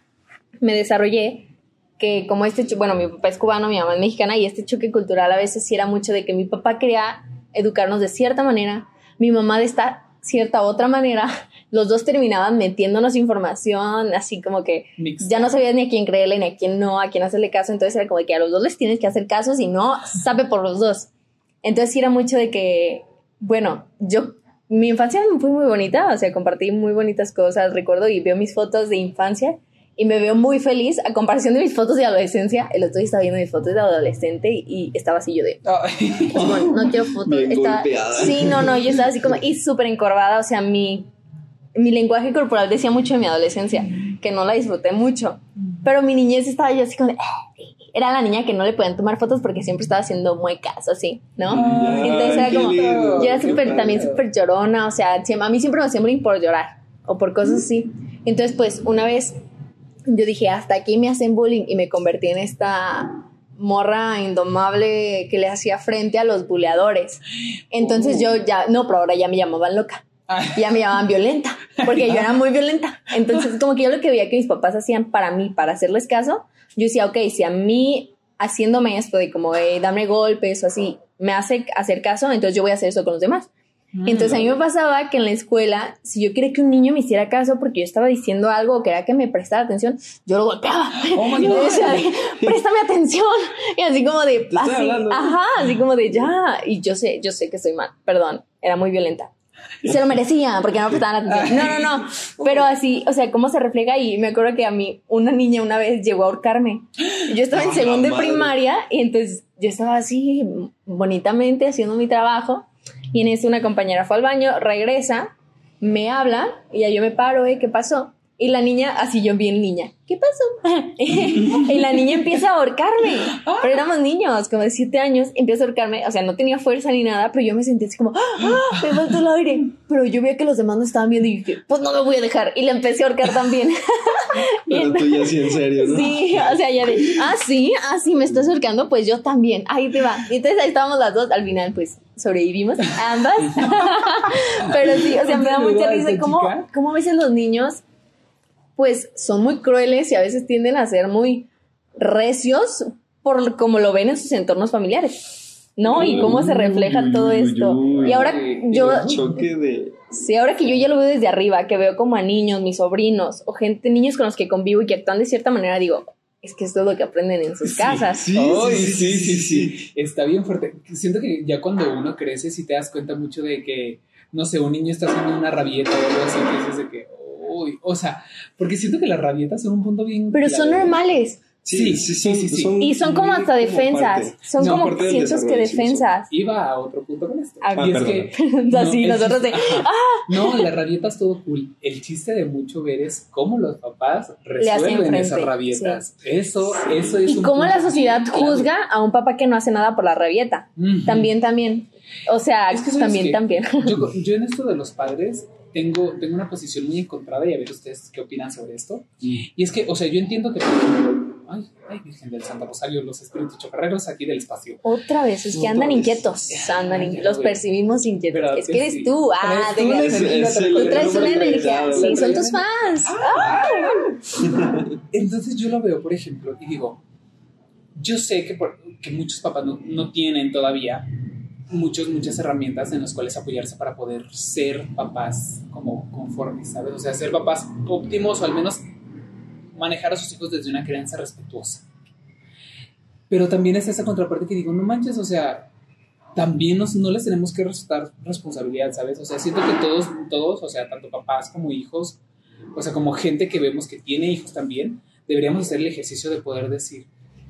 me desarrollé, que como este, bueno, mi papá es cubano, mi mamá es mexicana, y este choque cultural a veces sí era mucho de que mi papá quería educarnos de cierta manera, mi mamá de esta cierta otra manera, los dos terminaban metiéndonos información, así como que Mixed. Ya no sabías ni a quién creerle, ni a quién no, a quién hacerle caso, entonces era como que a los dos les tienes que hacer caso, si no, sabe por los dos. Entonces sí era mucho de que, bueno, yo, mi infancia fue muy bonita, o sea, compartí muy bonitas cosas, recuerdo y veo mis fotos de infancia y me veo muy feliz a comparación de mis fotos de adolescencia. El otro día estaba viendo mis fotos de adolescente y, y estaba así yo de bueno, no quiero fotos. Estaba, sí, no, no, yo estaba así como y súper encorvada, o sea, mi, mi lenguaje corporal decía mucho de mi adolescencia, que no la disfruté mucho, pero mi niñez estaba yo así como de, era la niña que no le podían tomar fotos porque siempre estaba haciendo muecas así, ¿no? Ay, entonces era como, lindo, yo era super, también súper llorona, o sea, a mí siempre me hacía bullying por llorar o por cosas así. Entonces pues una vez yo dije, hasta aquí me hacen bullying, y me convertí en esta morra indomable que le hacía frente a los buleadores. Entonces uh. yo ya, no, pero ahora ya me llamaban loca, ya me llamaban violenta, porque yo era muy violenta. Entonces como que yo lo que veía que mis papás hacían para mí, para hacerles caso, yo decía, ok, si a mí haciéndome esto de como de darme golpes o así, me hace hacer caso, entonces yo voy a hacer eso con los demás. Entonces a mí me pasaba que en la escuela, si yo quería que un niño me hiciera caso porque yo estaba diciendo algo o quería que me prestara atención, yo lo golpeaba. Oh my God. Decía, préstame atención. Y así como de, así, ajá, así como de ya. Y yo sé, yo sé que soy mal, perdón, era muy violenta. Y se lo merecía porque no prestaban atención. No, no, no. Pero así, o sea, cómo se refleja. Y me acuerdo que a mí una niña una vez llegó a ahorcarme. Yo estaba en segundo de primaria y entonces yo estaba así bonitamente haciendo mi trabajo. Y en eso una compañera fue al baño, regresa, me habla y ya yo me paro, ¿eh? ¿Qué pasó? Y la niña, así yo bien niña, ¿qué pasó? Y la niña empieza a ahorcarme. Pero éramos niños, como de siete años, empieza a ahorcarme. O sea, no tenía fuerza ni nada, pero yo me sentí así como, ¡ah! Me faltó el aire. Pero yo veía que los demás no estaban viendo y dije, pues no me voy a dejar. Y la empecé a ahorcar también. Pero tú ya sí en serio, ¿no? Sí, o sea, ya de, ah, sí, ah, sí, me estás ahorcando, pues yo también. Ahí te va. Y entonces ahí estábamos las dos. Al final, pues, sobrevivimos ambas. Pero sí, o sea, me da mucha risa cómo, cómo a veces los niños pues son muy crueles y a veces tienden a ser muy recios por como lo ven en sus entornos familiares, ¿no? Y cómo se refleja Uy, todo uy, esto. uy, y ahora uy, yo... el choque de... Sí, ahora que yo ya lo veo desde arriba, que veo como a niños, mis sobrinos, o gente, niños con los que convivo y que actúan de cierta manera, digo, es que esto es lo que aprenden en sus Sí, casas. Sí, Ay, sí, sí, sí, sí, sí, sí. Está bien fuerte. Siento que ya cuando uno crece, sí te das cuenta mucho de que, no sé, un niño está haciendo una rabieta o algo así, que dices de que, uy, o sea, porque siento que las rabietas son un punto bien Pero son clave. normales. Sí, sí, sí, sí, sí. Y son como hasta defensas. parte. Son No, como parte del sientos que desarrollo, sí, defensas. Iba a otro punto con esto. Ah, y es perdón. que Así, el nosotros de, chiste- ajá. No, la rabieta es todo cool. El chiste de mucho ver es cómo los papás hacen resuelven frente, esas rabietas. Eso, eso es Y un cómo punto la sociedad bien clave. juzga a un papá que no hace nada por la rabieta. Ujú. También, también. O sea, Es que, ¿sabes también, qué? también. Yo, yo en esto de los padres tengo, tengo una posición muy encontrada y a ver ustedes qué opinan sobre esto. Y es que, o sea, yo entiendo que... Ay, ay, Virgen del Santo Rosario, los espíritus chocarreros aquí del espacio. Otra vez, es que andan Otra vez. inquietos. Andan Ay, in- ya, los güey. percibimos inquietos. ¿Verdad Es que que eres sí? tú. Ah, Traes tú la te energía, Es- es te el- Tú lo traes juro. una nombre energía. inventado, Sí, la son verdad. tus fans. Entonces yo lo veo, por ejemplo, y digo, yo sé que, por- que muchos papás no, no tienen todavía muchos, muchas herramientas en las cuales apoyarse para poder ser papás como conformes, ¿sabes? O sea, ser papás óptimos o al menos manejar a sus hijos desde una crianza respetuosa. Pero también es esa contraparte que digo, no manches, o sea, también nos, no les tenemos que restar responsabilidad, ¿sabes? O sea, siento que todos, todos, o sea, tanto papás como hijos, o sea, como gente que vemos que tiene hijos también, deberíamos hacer el ejercicio de poder decir,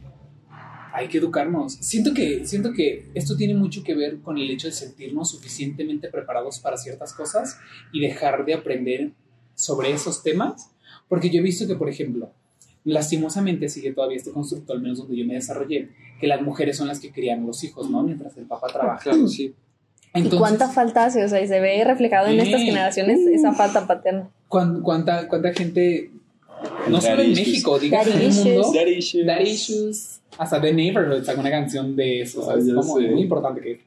hay que educarnos. Siento que, siento que esto tiene mucho que ver con el hecho de sentirnos suficientemente preparados para ciertas cosas y dejar de aprender sobre esos temas, porque yo he visto que, por ejemplo, lastimosamente sigue todavía este constructo, al menos donde yo me desarrollé, que las mujeres son las que crían los hijos, ¿no? Mientras el papá trabaja. Claro, sí. Entonces, ¿Y cuánta falta hace? O sea, y se ve reflejado en Sí. estas generaciones esa falta paterna. ¿cuán- cuánta, ¿Cuánta gente, no solo en Daddy issues. México, digas Daddy en el mundo, issues. Daddy issues. Daddy issues, hasta The Neighborhood sacó una canción de eso, Ah, ¿sabes? ya Como sé. muy importante que es.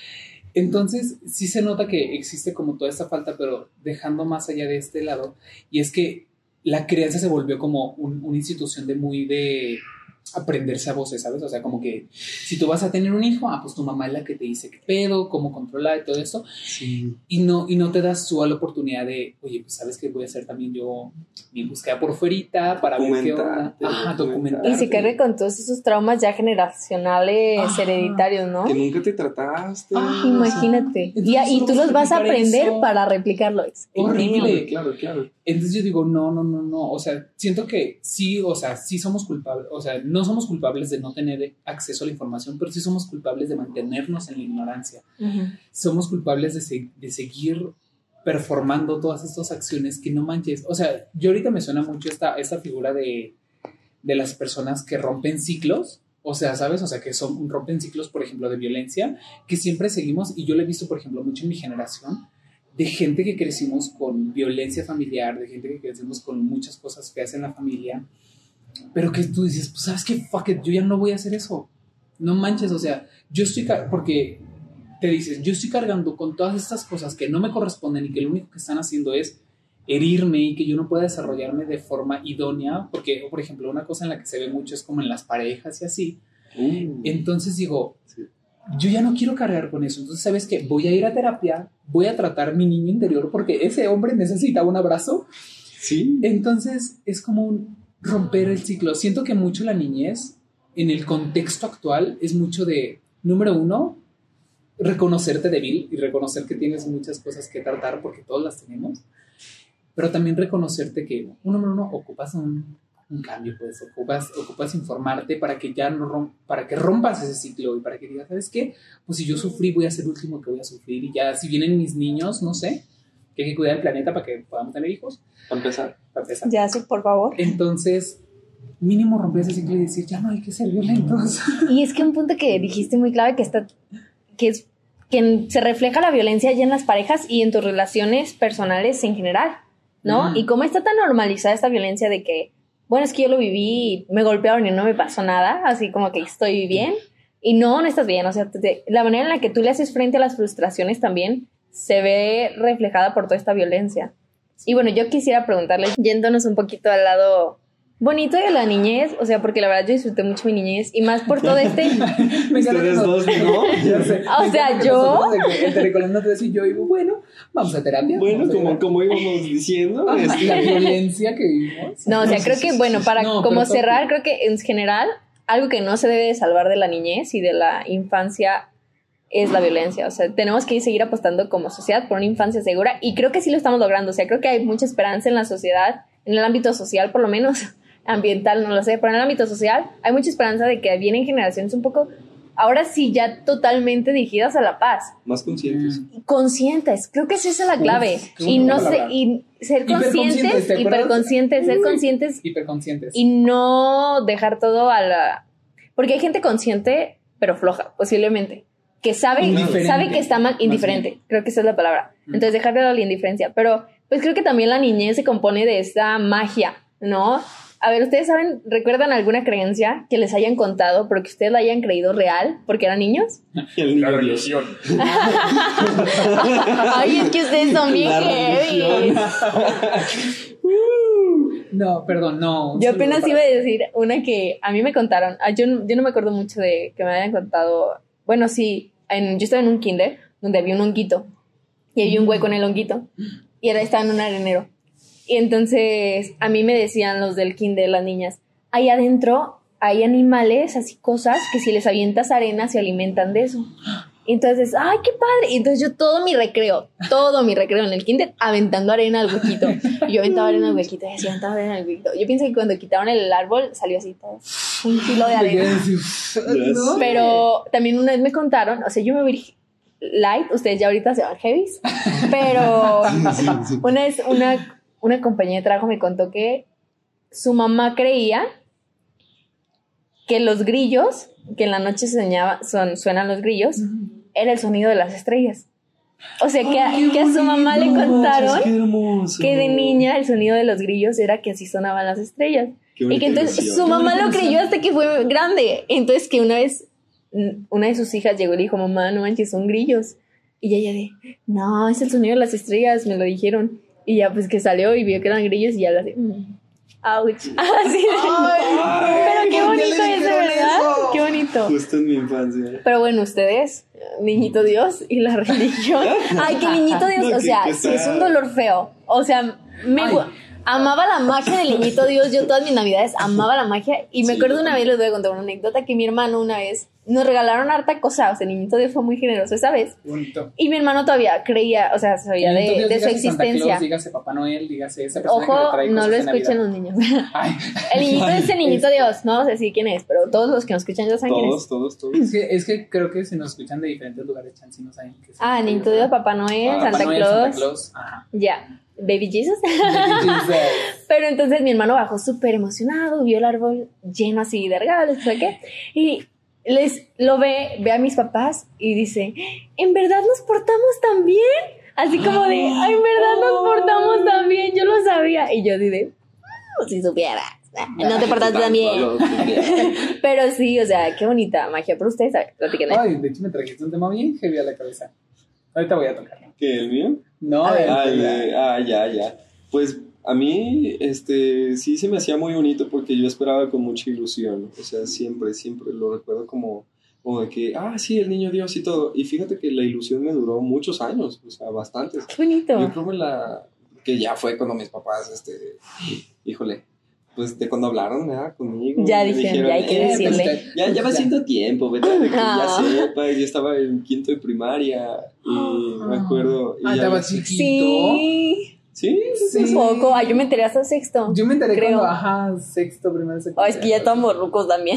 Entonces, sí se nota que existe como toda esta falta, pero dejando más allá de este lado, y es que la crianza se volvió como un- una institución de muy de aprenderse a voces, ¿sabes? O sea, como que si tú vas a tener un hijo, ah, pues tu mamá es la que te dice qué pedo, cómo controlar y todo esto, Sí. y no, y no te das tú a la oportunidad de, oye, pues sabes que voy a hacer también yo mi búsqueda por fuerita para ver qué onda. Documentarte, Ajá, documentarte. documentar. Y se carga con todos esos traumas ya generacionales, Ajá. hereditarios, ¿no? Que nunca te trataste. Ah, Imagínate. Entonces, Y, y solo tú vas a los vas a replicar aprender eso. para replicarlo. Es Horrible. Claro, claro. Entonces yo digo, no, no, no, no, o sea, siento que sí, o sea, sí somos culpables, o sea, no somos culpables de no tener acceso a la información, pero sí somos culpables de mantenernos en la ignorancia. Ujú. Somos culpables de, se- de seguir performando todas estas acciones que no manches. O sea, yo ahorita me suena mucho esta, esta figura de, de las personas que rompen ciclos, o sea, ¿sabes? O sea, que son, rompen ciclos, por ejemplo, de violencia, que siempre seguimos, y yo lo he visto, por ejemplo, mucho en mi generación, de gente que crecimos con violencia familiar, de gente que crecimos con muchas cosas feas en la familia, pero que tú dices, pues, ¿sabes qué? Fuck it, yo ya no voy a hacer eso. No manches, o sea, yo estoy, car- porque te dices, yo estoy cargando con todas estas cosas que no me corresponden y que lo único que están haciendo es herirme y que yo no pueda desarrollarme de forma idónea, porque, por ejemplo, una cosa en la que se ve mucho es como en las parejas y así. Uh, Entonces digo, Sí. yo ya no quiero cargar con eso. Entonces, ¿sabes qué? Voy a ir a terapia, voy a tratar mi niño interior porque ese hombre necesita un abrazo. sí. Entonces, es como un romper el ciclo. Siento que mucho la niñez, en el contexto actual, es mucho de, número uno, reconocerte débil y reconocer que tienes muchas cosas que tratar porque todos las tenemos, pero también reconocerte que, un número uno, ocupas un, un cambio, pues, ocupas, ocupas informarte para que ya no rom- para que rompas ese ciclo y para que digas, ¿sabes qué? Pues si yo sufrí, voy a ser el último que voy a sufrir y ya, si vienen mis niños, no sé, que hay que cuidar el planeta para que podamos tener hijos. Para empezar. Para empezar. Ya, sí, por favor. Entonces, mínimo romper ese ciclo y decir, ya no hay que ser violentos. Y es que un punto que dijiste muy clave que está, que es que se refleja la violencia ya en las parejas y en tus relaciones personales en general, ¿no? Uh-huh. Y cómo está tan normalizada esta violencia de que, bueno, es que yo lo viví, me golpearon y no me pasó nada, así como que estoy bien. Y no, no estás bien, o sea, te, la manera en la que tú le haces frente a las frustraciones también se ve reflejada por toda esta violencia. Y bueno, yo quisiera preguntarle, yéndonos un poquito al lado bonito de la niñez, o sea, porque la verdad yo disfruté mucho mi niñez y más por todo este... Me Ustedes dos, ¿no? Ya sé. O sea, yo... El Terricolón no te decía, yo digo, bueno, vamos a terapia. Bueno, como, a como íbamos diciendo. Es la violencia que vivimos. No, o sea, creo que, bueno, para no, como cerrar, creo que en general, algo que no se debe de salvar de la niñez y de la infancia es la violencia. O sea, tenemos que seguir apostando como sociedad por una infancia segura y creo que sí lo estamos logrando. O sea, creo que hay mucha esperanza en la sociedad, en el ámbito social por lo menos, ambiental, no lo sé, pero en el ámbito social hay mucha esperanza de que vienen generaciones un poco, ahora sí, ya totalmente dirigidas a la paz. Más conscientes. Conscientes, creo que esa es la clave. Uf, y no sé, y ser conscientes, hiperconscientes, ser conscientes. Hiperconscientes. Y no dejar todo a la... Porque hay gente consciente, pero floja, posiblemente. Que sabe, sabe que está mal, indiferente. Creo que esa es la palabra. Entonces, dejarle a la indiferencia. Pero, pues creo que también la niñez se compone de esta magia, ¿no? A ver, ¿ustedes saben, recuerdan alguna creencia que les hayan contado, pero que ustedes la hayan creído real porque eran niños? La religión. Ay, es que ustedes son bien heavy. No, perdón, no. Yo apenas iba a decir una que a mí me contaron. Ah, yo, yo no me acuerdo mucho de que me hayan contado. Bueno, sí, en, yo estaba en un kinder donde había un honguito y había un hueco en el honguito y era, estaba en un arenero. Y entonces a mí me decían los del kinder, las niñas, ahí adentro hay animales, así cosas, que si les avientas arena se alimentan de eso. Y entonces, ¡ay, qué padre! Y entonces yo todo mi recreo, todo mi recreo en el kinder, aventando arena al huequito. Y yo aventaba arena al huequito y así aventaba arena al huequito. Yo pienso que cuando quitaron el árbol salió así todo, un kilo de arena. ¿No? Pero también una vez me contaron, o sea, yo me vi light, ustedes ya ahorita se van heavies, pero una vez una... Una compañera de trabajo me contó que su mamá creía que los grillos, que en la noche soñaba, son, suenan los grillos, uh-huh. era el sonido de las estrellas. O sea, que, oh, a, que a su mamá le contaron que de niña el sonido de los grillos era que así sonaban las estrellas. Y que entonces ilusión. Su mamá lo creyó hasta que fue grande. Entonces que una vez una de sus hijas llegó y le dijo, mamá, no manches, son grillos. Y ella de, no, es el sonido de las estrellas, me lo dijeron. Y ya pues que salió y vio que eran grillos y ya lo así, mm, ouch. Así pero qué bonito es, de verdad. Eso. Qué bonito. Justo en mi infancia. Pero bueno, ustedes, niñito Dios y la religión. Ay, que niñito Dios, no, o sea, sí es un dolor feo. O sea, me Ay. amaba la magia del niñito Dios. Yo todas mis navidades amaba la magia. Y me sí, acuerdo una vez, les voy a contar una anécdota, que mi hermano una vez nos regalaron harta cosa. O sea, el niñito Dios fue muy generoso esa vez. Bonito. Y mi hermano todavía creía, o sea, sabía de, Dios, de su existencia. Claus, dígase Papá Noel, dígase esa persona. Ojo, que le trae no lo escuchen los niños. El niñito es el niñito Ay, Dios. No vamos a decir quién es, pero todos los que nos escuchan ya saben todos, quién es. Todos, todos, todos. Es que, es que creo que si nos escuchan de diferentes lugares, chance no saben qué es. Ah, niñito Dios, Papá Noel, ah, Santa, Papá Noel Claus. Santa Claus. Ajá. Ya. Baby Jesus. Baby Jesus. Pero entonces mi hermano bajó súper emocionado, vio el árbol lleno así de regalos, ¿sabes qué? Y les lo ve, ve a mis papás y dice, ¿en verdad nos portamos tan bien? Así como de, ay, en verdad nos portamos tan bien, yo lo sabía. Y yo dije, oh, si supieras, no te portaste tan bien. Pero sí, o sea, qué bonita magia. Pero ustedes, a ver, platiquen. Ay, de hecho me trajiste un tema bien heavy a la cabeza. Ahorita voy a tocarlo. ¿Qué, el mío? No, ah, el, el, ah, ya, ya. Pues a mí, este, sí se me hacía muy bonito porque yo esperaba con mucha ilusión. O sea, siempre, siempre lo recuerdo como, como de que, ah, sí, el niño Dios y todo. Y fíjate que la ilusión me duró muchos años, o sea, bastantes. Qué bonito. Yo creo que la, que ya fue cuando mis papás, este, híjole, pues de cuando hablaron, ¿verdad? Conmigo. Ya dijeron, ya hay que eh, decirle. Pues, ya, ya va siendo tiempo, ¿verdad? De que ah. ya sepa, yo estaba en quinto de primaria y ah. me acuerdo. Y ah, ya estaba chiquito. Sí. Sí, sí. Un poco. Ah, yo me enteré hasta sexto. Yo me enteré creo. cuando, ajá, sexto, primero, sexto. Oh, es que ya estamos rucos también.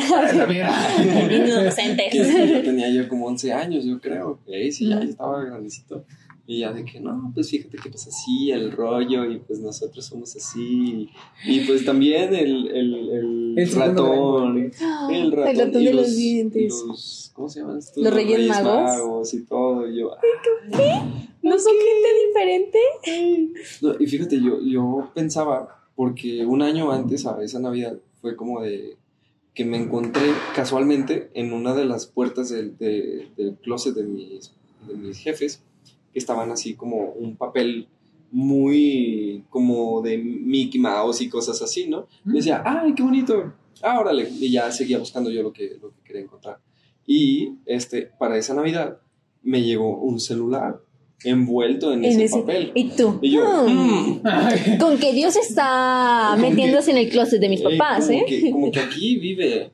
Niños inocentes. Yo tenía yo como once años, yo creo. Eh, sí, ya, ya estaba grandecito. Y ya de que, no, pues fíjate que pues así, el rollo, y pues nosotros somos así. Y pues también el, el, el, El ratón, el ratón, El ratón y de los dientes. los, ¿cómo se llaman estos? Los Reyes Magos. y todo. Y yo, ah, ¿No son gente diferente? no, y fíjate, yo, yo pensaba, porque un año antes a esa Navidad fue como de que me encontré casualmente en una de las puertas del, de, del closet de mis, de mis jefes, que estaban así como un papel muy como de Mickey Mouse y cosas así, ¿no? Y decía, ¡ay, qué bonito! Ah, órale. Y ya seguía buscando yo lo que, lo que quería encontrar. Y este, para esa Navidad me llegó un celular envuelto en, en ese, ese papel. ¿Y tú? Y yo, hmm. mm. Con que Dios está metiéndose en el closet de mis papás, eh, como ¿eh? Que, como que aquí vive.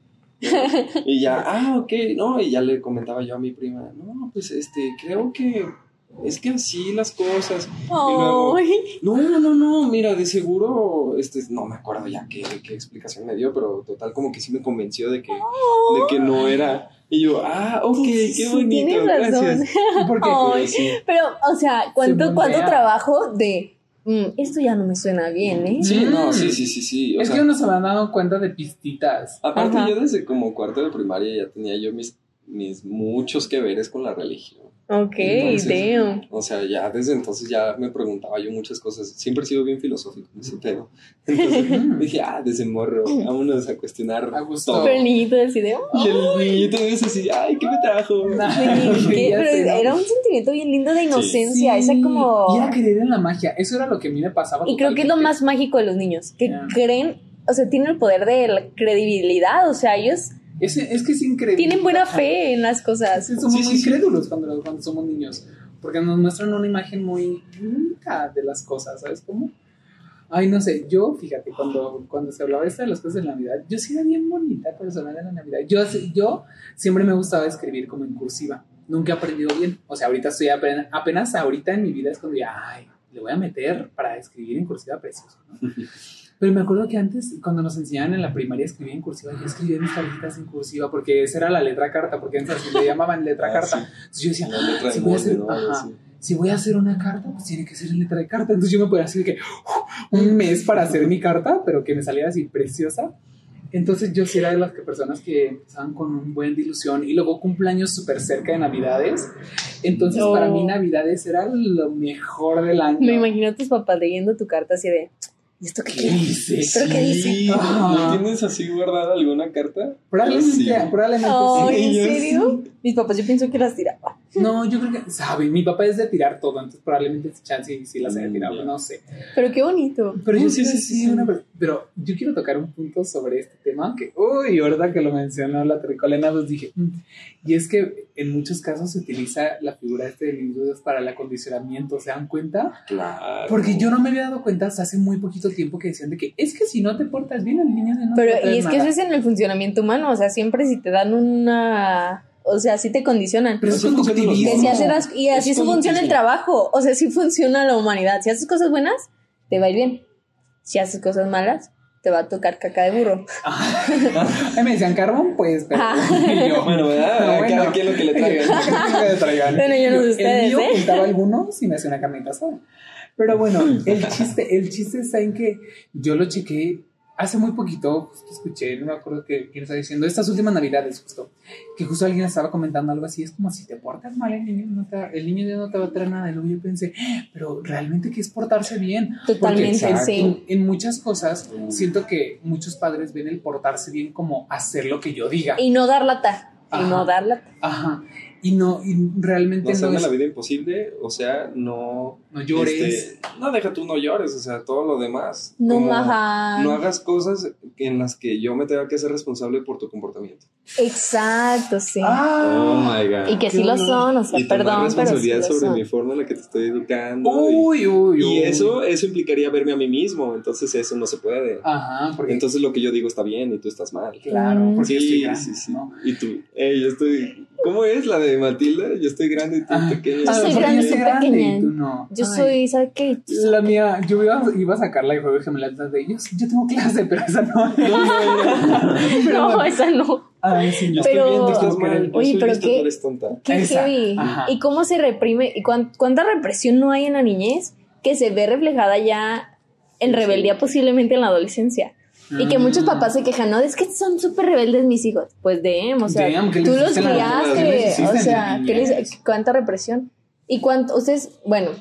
Y ya, ah, ok, no, y ya le comentaba yo a mi prima, no, pues este, creo que es que así las cosas. Oh. Y luego, no, no, no, no, mira, de seguro, este, no me acuerdo ya qué, qué explicación me dio, pero total como que sí me convenció de que, oh. de que no era. Y yo, ah, ok, qué bonito, tienes razón. Gracias. ¿Por qué? Oh, pero, sí. pero, o sea, ¿cuánto, cuánto trabajo de mm, esto ya no me suena bien, eh? Sí, no, sí, sí, sí, sí. O es sea, que uno se me ha dado cuenta de pistitas. Aparte, Ajá. yo desde como cuarto de primaria ya tenía yo mis, mis muchos que veres con la religión. Ok, entonces, damn. O sea, ya desde entonces ya me preguntaba yo muchas cosas. Siempre he sido bien filosófico en ese pedo. Entonces dije, ah, desde morro, vámonos a cuestionar a gusto. todo. Pero el niñito decidió. Y el niñito es así, ay, ¿qué me trajo? ¿Qué? Pero sé, ¿no? Era un sentimiento bien lindo de inocencia, sí. Esa como... Y era creer en la magia, eso era lo que a mí me pasaba. Y creo que es lo más mágico de los niños, que yeah. creen, o sea, tienen el poder de la credibilidad, o sea, ellos... Es, es que es increíble. Tienen buena fe en las cosas. Sí, somos sí, muy sí, crédulos sí. cuando, cuando somos niños, porque nos muestran una imagen muy única de las cosas, ¿sabes cómo? Ay, no sé, yo, fíjate, cuando, cuando se hablaba esta de las cosas de Navidad, yo sí era bien bonita persona de la Navidad. Yo, yo siempre me gustaba escribir como en cursiva. Nunca he aprendido bien. O sea, ahorita estoy apenas, apenas ahorita en mi vida es cuando ya, ay, le voy a meter para escribir en cursiva precioso, ¿no? Pero me acuerdo que antes, cuando nos enseñaban en la primaria a escribir en cursiva, yo escribía mis tarjetas en cursiva porque esa era la letra carta, porque antes le llamaban letra ah, carta. Sí. Entonces yo decía, ah, si, voy a hacer, ¿no? ajá, sí. si voy a hacer una carta, pues tiene que ser en letra de carta. Entonces yo me podía hacer que uh, un mes para hacer mi carta, pero que me saliera así preciosa. Entonces yo sí era de las que personas que empezaban con un buen de ilusión y luego cumpleaños súper cerca de Navidades. Entonces oh. para mí Navidades era lo mejor del año. Me imagino a tus papás leyendo tu carta así de... ¿Y esto qué, ¿Qué dice? ¿Pero sí. qué dice? ¿No tienes así guardada alguna carta? Probablemente, sí. probablemente oh, sí. ¿En serio? Sí. Mis papás yo pienso que las tiraba. No, yo creo que, ¿sabes? Mi papá es de tirar todo, entonces probablemente chance y sí las haya tirado, no sé. Pero qué bonito. Pero yo sí, sí, sí, sí. Una, pero yo quiero tocar un punto sobre este tema que, uy, ahorita que lo mencionó la Tricolena, pues dije, mm. y es que en muchos casos se utiliza la figura este del niño Dios para el acondicionamiento, ¿se dan cuenta? Claro. Porque yo no me había dado cuenta hasta hace muy poquito tiempo que decían de que es que si no te portas bien, el niño no pero, te Pero, y es nada. que eso es en el funcionamiento humano, o sea, siempre si te dan una... O sea, sí te condicionan. Pero es conductivismo. Que si haces, y así es funciona el trabajo. O sea, sí funciona la humanidad. Si haces cosas buenas, te va a ir bien. Si haces cosas malas, te va a tocar caca de burro. Ay, me decían carbón, pues. Pero yo, bueno, ¿verdad? No, bueno. Cada quien lo que le traigan. Bueno, yo no sé ustedes, el mío ¿eh? juntaba algunos y me hacía una carnita asada. Pero bueno, el chiste, el chiste está en que yo lo chequé hace muy poquito, justo escuché, no me acuerdo que, quién estaba diciendo, estas últimas navidades justo, que justo alguien estaba comentando algo así, es como si te portas mal, el niño no te, el niño ya no te va a traer nada. Y luego yo pensé, pero realmente ¿qué es portarse bien? Totalmente, porque, sí. En, en muchas cosas siento que muchos padres ven el portarse bien como hacer lo que yo diga. Y no dar lata, y no dar lata. Ajá. Y no, y realmente no hacerme no es... la vida imposible, o sea, no... No llores. Este, no, deja tú no llores, o sea, todo lo demás. No, como, ajá. No hagas cosas en las que yo me tenga que ser responsable por tu comportamiento. Exacto, sí. Ah, oh my God. Y que sí lo son, o sea, y perdón, tomar responsabilidad pero sí sobre lo mi forma en la que te estoy educando. Uy, y, uy, uy. Y eso, eso implicaría verme a mí mismo, entonces eso no se puede. Ajá, porque... Entonces lo que yo digo está bien y tú estás mal. Claro, porque sí, estoy grande, sí, sí. ¿no? Y tú, hey, yo estoy ¿Cómo es la de Matilda? Yo estoy grande y tú Ah, pequeña. Yo soy porque grande, yo tú grande pequeña. y tú no. Yo Ay, soy, ¿sabes qué? La mía, yo iba, iba a sacarla y fue gemelas de yo, yo tengo clase, pero esa no. No, no, esa no. Ay, sí, Yo Pero- estoy bien, tú estás mal. Yo Oye, soy pero listo, qué- tú eres tonta. Qué Esa, heavy. ajá. ¿Y cómo se reprime? ¿Y cuán- cuánta represión no hay en la niñez que se ve reflejada ya en rebeldía posiblemente en la adolescencia? Y que muchos papás se quejan, ¿no? Es que son súper rebeldes mis hijos. Pues de, o sea, Damn, ¿qué les tú los hiciste en la- qué les criaste. hiciste O en la sea, ¿qué les- niñez? ¿cuánta represión? Y cuánto, ustedes, bueno,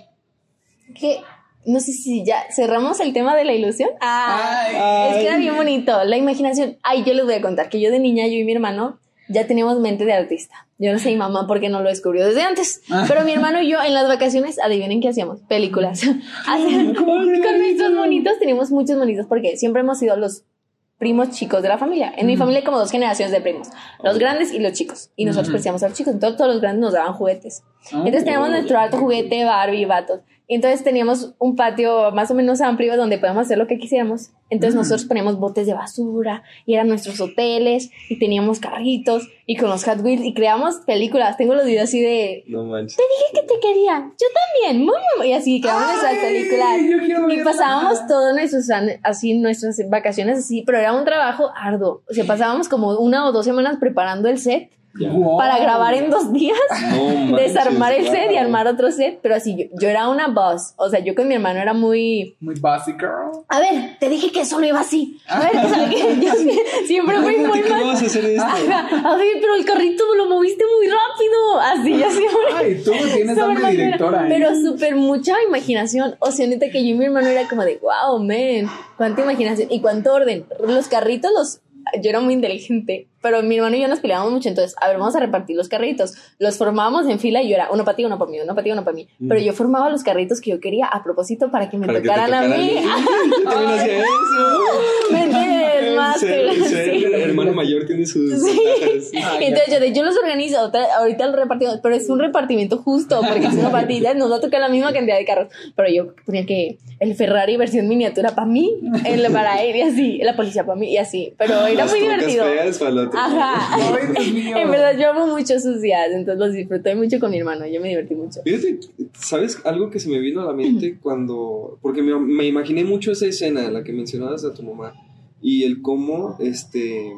que no sé si ya cerramos el tema de la ilusión. Ah, Ay. es que era bien bonito. La imaginación. Ay, yo les voy a contar que yo de niña, yo y mi hermano, ya teníamos mente de artista. Yo no sé mi mamá porque no lo descubrió desde antes. Ah. Pero mi hermano y yo en las vacaciones, adivinen qué hacíamos, películas. Así, con nuestros monitos teníamos muchos monitos porque siempre hemos sido los primos chicos de la familia. En mi familia hay como dos generaciones de primos, los grandes y los chicos. Y nosotros Ujú. crecíamos a los chicos, entonces todos los grandes nos daban juguetes. Oh, Entonces teníamos nuestro alto juguete, Barbie, vatos. Y entonces teníamos un patio más o menos amplio donde podíamos hacer lo que quisiéramos. Entonces Mm. nosotros poníamos botes de basura y eran nuestros hoteles y teníamos carritos y con los Hot Wheels y creábamos películas. Tengo los videos así de No manches. que te quería, yo también, muy, muy, y así creábamos nuestras Ay, películas. yo quiero Y verla. pasábamos todos nuestros an- así nuestras vacaciones así, pero era un trabajo arduo. O sea, pasábamos como una o dos semanas preparando el set Ya. Wow. para grabar en dos días, No manches, desarmar el set y wow. armar otro set, pero así yo, yo era una boss. O sea, yo con mi hermano era muy, Muy basic girl. a ver, te dije que solo iba así. A ver, o sea, que yo sie- siempre fui muy ¿Cómo mal. vas a hacer esto? Ajá, a ver, pero el carrito lo moviste muy rápido. Así, yo siempre. Ay, tú tienes Súper hambre de mamera, directora. ¿eh? Pero súper mucha imaginación. O sea, neta que yo y mi hermano era como de, wow, man, cuánta imaginación y cuánto orden. Los carritos los... Yo era muy inteligente, pero mi hermano y yo nos peleábamos mucho. Entonces, a ver, vamos a repartir los carritos. Los formábamos en fila y yo era uno para ti, uno para mí, uno para ti, uno para mí. Mm. Pero yo formaba los carritos que yo quería a propósito para que me Para que te tocaran a tocaran mí. Yo también hacía eso. ¿Me entiendes? Más Ser, que- ser sí. hermano mayor tiene sus Sí. ventajas. Ay, Entonces yo, de, yo los organizo, otra- ahorita los repartimos, pero es un repartimiento justo, porque es una partida, nos va a tocar la misma cantidad de carros, pero yo ponía que el Ferrari versión miniatura para mí, el para él y así, la policía para mí y así, pero era Las muy tocas divertido. feas para el otro. Ajá. Ay, Dios mío. En verdad yo amo mucho esos días, entonces los disfruté mucho con mi hermano, yo me divertí mucho. Fíjate, ¿sabes algo que se me vino a la mente cuando... Porque me, me imaginé mucho esa escena, la que mencionabas a tu mamá, y el cómo, este...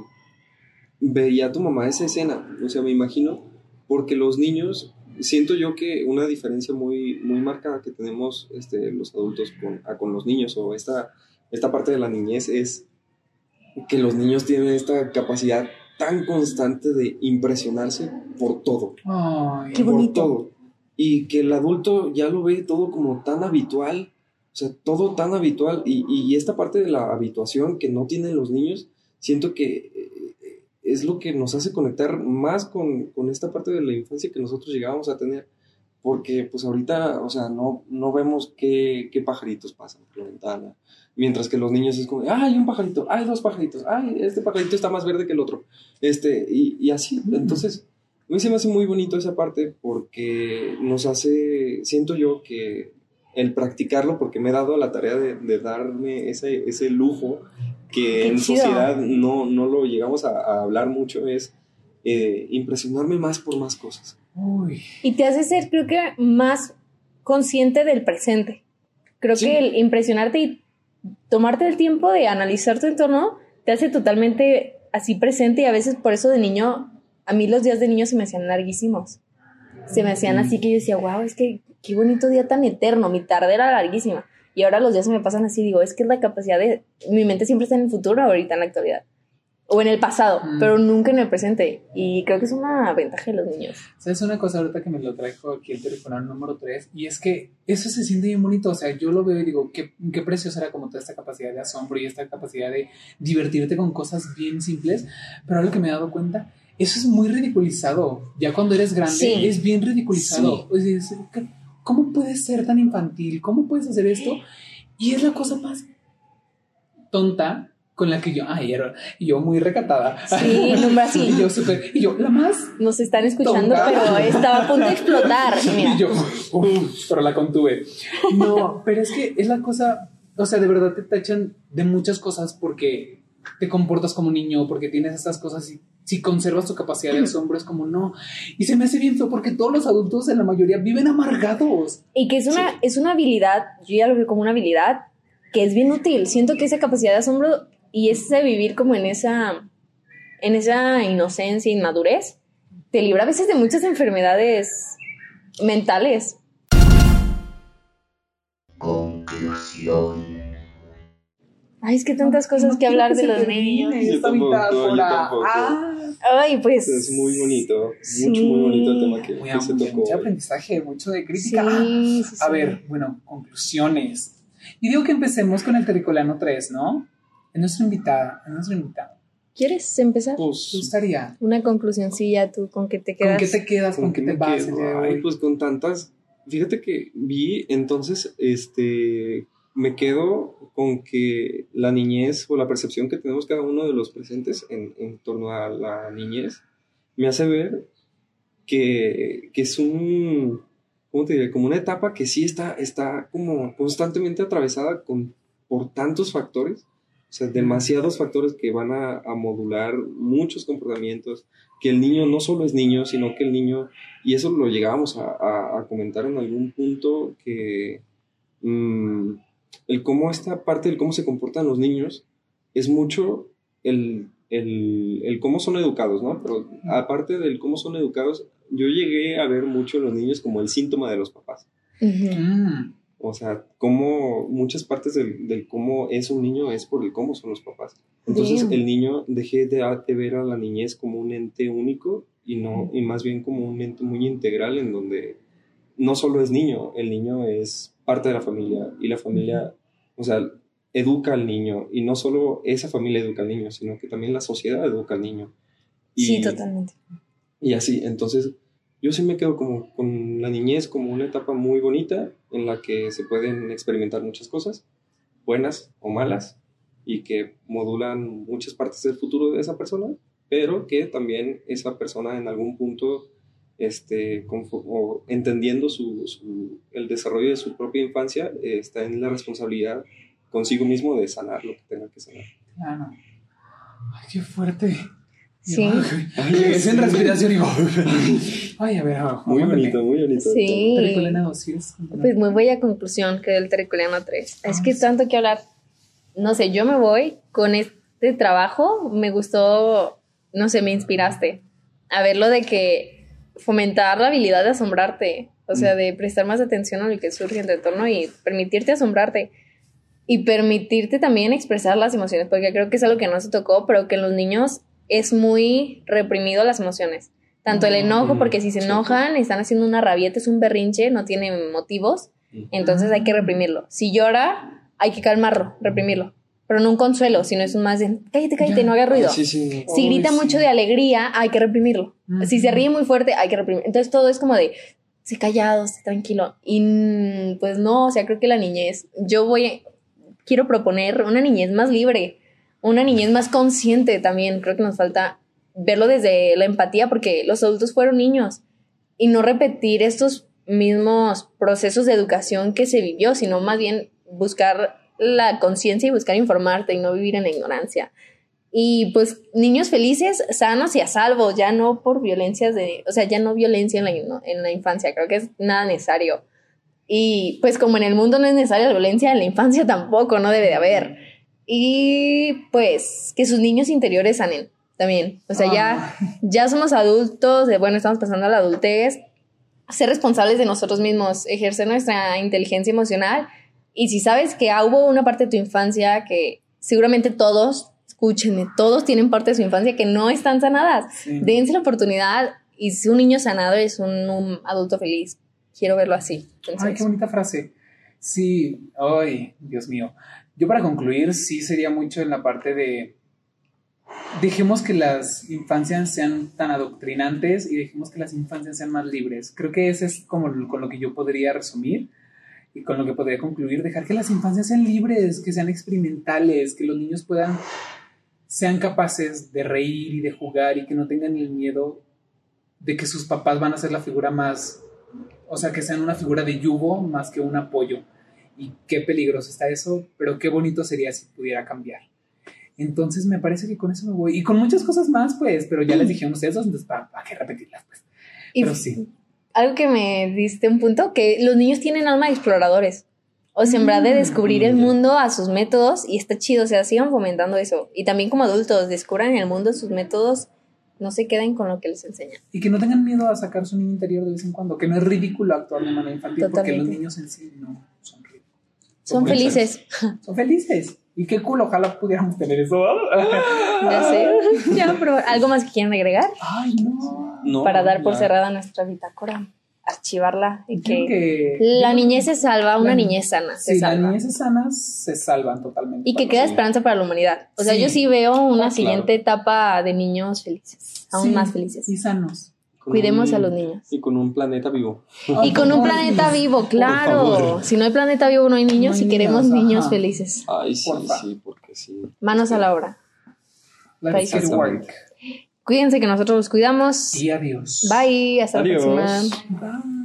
veía tu mamá esa escena. O sea, me imagino, porque los niños... Siento yo que una diferencia muy, muy marcada que tenemos este, los adultos con, a con los niños, o esta, esta parte de la niñez, es que los niños tienen esta capacidad tan constante de impresionarse por todo. Ay, Qué por bonito. todo. Y que el adulto ya lo ve todo como tan habitual, o sea, todo tan habitual. Y, y esta parte de la habituación que no tienen los niños, siento que eh, es lo que nos hace conectar más con, con esta parte de la infancia que nosotros llegábamos a tener. Porque pues ahorita, o sea, no, no vemos qué, qué pajaritos pasan por la ventana. Mientras que los niños es como, ah, hay un pajarito, hay dos pajaritos, ay, este pajarito está más verde que el otro. Este, y, y así, entonces... A mí se me hace muy bonito esa parte porque nos hace, siento yo que el practicarlo, porque me he dado la tarea de, de darme ese, ese lujo que Qué en chido. sociedad no, no lo llegamos a, a hablar mucho, es eh, impresionarme más por más cosas. Uy. Y te hace ser, creo que, más consciente del presente. Creo Sí. que el impresionarte y tomarte el tiempo de analizar tu entorno te hace totalmente así presente, y a veces por eso de niño, a mí los días de niño se me hacían larguísimos. Se me hacían así que yo decía, wow, es que qué bonito día tan eterno, mi tarde era larguísima. Y ahora los días se me pasan así, digo, es que es la capacidad de... Mi mente siempre está en el futuro, ahorita en la actualidad. O en el pasado, Mm. pero nunca en el presente. Y creo que es una ventaja de los niños. ¿Sabes una cosa ahorita que me lo trajo aquí el teléfono número tres? Y es que eso se siente bien bonito. O sea, yo lo veo y digo, qué, qué preciosa era como toda esta capacidad de asombro y esta capacidad de divertirte con cosas bien simples. Pero algo que me he dado cuenta, eso es muy ridiculizado. Ya cuando eres grande, Sí. es bien ridiculizado. O sea, es- ¿cómo puedes ser tan infantil? ¿Cómo puedes hacer esto? Y es la cosa más tonta con la que yo, ay, era, y yo muy recatada. Sí, no, hombre, así. Y yo súper, y yo, la más. Nos están escuchando, Tonta. pero estaba a punto de explotar. Mira. Y yo, uf, pero la contuve. No, pero es que es la cosa, o sea, de verdad te tachan de muchas cosas porque te comportas como niño, porque tienes estas cosas y si conservas tu capacidad de asombro es como no. Y se me hace bien feo porque todos los adultos en la mayoría viven amargados. Y que es una, sí. es una habilidad, yo ya lo veo como una habilidad que es bien útil. Siento que esa capacidad de asombro y ese vivir como en esa, en esa inocencia, inmadurez, te libra a veces de muchas enfermedades mentales. Conclusión. Ay, es que tantas cosas no, que hablar de los niños. Yo tampoco, yo tampoco. Ah, ay, pues. Es muy bonito, sí. mucho, muy bonito el tema que, muy, que se tocó. Mucho aprendizaje, mucho de crítica. Sí, sí, a sí. ver, bueno, conclusiones. Y digo que empecemos con el Terricolano tres, ¿no? Es nuestra invitada, es nuestro invitado. ¿Quieres empezar? Pues, ¿Te gustaría? Una conclusioncilla, tú, ¿con qué te quedas? ¿Con qué te quedas? ¿Con, ¿Con qué te vas? Ay, pues con tantas. Fíjate que vi, entonces, este. Me quedo con que la niñez o la percepción que tenemos cada uno de los presentes en, en torno a la niñez me hace ver que, que es un, ¿cómo te diré? Como una etapa que sí está, está como constantemente atravesada con, por tantos factores, o sea, demasiados factores que van a, a modular muchos comportamientos, que el niño no solo es niño, sino que el niño, y eso lo llegábamos a, a, a comentar en algún punto, que... Mmm, el cómo esta parte del cómo se comportan los niños es mucho el, el, el cómo son educados, ¿no? Pero aparte del cómo son educados, yo llegué a ver mucho en los niños como el síntoma de los papás. Uh-huh. O sea, cómo muchas partes del, del cómo es un niño es por el cómo son los papás. Entonces Bien. el niño dejé de, de ver a la niñez como un ente único y, no, y más bien como un ente muy integral en donde no solo es niño, el niño es parte de la familia y la familia, o sea, educa al niño y no solo esa familia educa al niño, sino que también la sociedad educa al niño. Y, sí, totalmente. Y así, entonces yo sí me quedo como con la niñez como una etapa muy bonita en la que se pueden experimentar muchas cosas, buenas o malas, y que modulan muchas partes del futuro de esa persona, pero que también esa persona en algún punto... Este, o entendiendo su, su, el desarrollo de su propia infancia, eh, está en la responsabilidad consigo mismo de sanar lo que tenga que sanar. Claro. Ay, qué fuerte. Sí. Ay, es en respiración y ay, a ver, abajo. Muy bonito, muy bonito. Sí. Terricolano dos, ¿sí? Pues muy buena conclusión que del Terricolano tres. Es que tanto que hablar. No sé, yo me voy con este trabajo. Me gustó, no sé, me inspiraste a ver lo de que fomentar la habilidad de asombrarte, o sea, de prestar más atención a lo que surge en tu entorno y permitirte asombrarte y permitirte también expresar las emociones, porque creo que es algo que no se tocó, pero que en los niños es muy reprimido las emociones, tanto el enojo, porque si se enojan, están haciendo una rabieta, es un berrinche, no tiene motivos, entonces hay que reprimirlo. Si llora, hay que calmarlo, reprimirlo. Pero no un consuelo, sino es un más de cállate, cállate, no haga ruido. Sí, sí. Si grita oh, mucho sí. de alegría, hay que reprimirlo. Uh-huh. Si se ríe muy fuerte, hay que reprimirlo. Entonces todo es como de, sé callado, sé tranquilo. Y pues no, o sea, creo que la niñez, yo voy, quiero proponer una niñez más libre, una niñez más consciente también. Creo que nos falta verlo desde la empatía, porque los adultos fueron niños. Y no repetir estos mismos procesos de educación que se vivió, sino más bien buscar la conciencia y buscar informarte y no vivir en la ignorancia. Y pues niños felices, sanos y a salvo, ya no por violencias de, o sea, ya no violencia en la, en la infancia, creo que es nada necesario. Y pues como en el mundo no es necesaria la violencia, en la infancia tampoco, no debe de haber. Y pues que sus niños interiores sanen también. O sea, oh. ya, ya somos adultos, de, bueno, estamos pasando a la adultez, ser responsables de nosotros mismos, ejercer nuestra inteligencia emocional. Y si sabes que hubo una parte de tu infancia que seguramente todos, escúchenme, todos tienen parte de su infancia que no están sanadas. Sí. Dense la oportunidad y si un niño sanado es un, un adulto feliz. Quiero verlo así. Entonces, ay, qué bonita frase. Sí, ay, Dios mío. Yo para concluir sí sería mucho en la parte de dejemos que las infancias sean tan adoctrinantes y dejemos que las infancias sean más libres. Creo que ese es como con lo que yo podría resumir. Y con lo que podría concluir, dejar que las infancias sean libres, que sean experimentales, que los niños puedan, sean capaces de reír y de jugar y que no tengan el miedo de que sus papás van a ser la figura más, o sea, que sean una figura de yugo más que un apoyo. Y qué peligroso está eso, pero qué bonito sería si pudiera cambiar. Entonces me parece que con eso me voy. Y con muchas cosas más, pues, pero ya les dijeron ustedes dos, entonces para, para qué repetirlas, pues. Y Pero sí. Algo que me diste un punto, que los niños tienen alma de exploradores. O sea, en verdad de descubrir el mundo a sus métodos, y está chido, o sea, sigan fomentando eso. Y también como adultos, descubran el mundo a sus métodos, no se queden con lo que les enseñan. Y que no tengan miedo a sacar su niño interior de vez en cuando, que no es ridículo actuar de manera infantil, Totalmente. porque los niños en sí no son ridículos. Son felices. Son felices. Y qué cool, ojalá pudiéramos tener eso. Ya sé. Ya, pero ¿algo más que quieran agregar? Ay, no. No, Para dar por ya. cerrada nuestra bitácora. Archivarla y que, Creo que la niñez se salva, una la- niñez sana se Sí, las salva. niñeces sanas se salvan totalmente. Y que Bueno, queda sí. esperanza para la humanidad. O sea, Sí. yo sí veo una Ah, siguiente claro. etapa de niños felices, aún Sí, más felices. y sanos. Con Cuidemos un- a los niños. Y con un planeta vivo. Y con un Ay, planeta Dios. vivo, claro. favor. Si no hay planeta vivo, no hay niños, No hay y queremos niños, niños ajá. felices. Ay, sí, Porfa. sí, porque sí. Manos a la obra. Let's get Exactamente. work. Cuídense que nosotros los cuidamos. Y adiós. Bye, hasta Adiós. la próxima. Bye.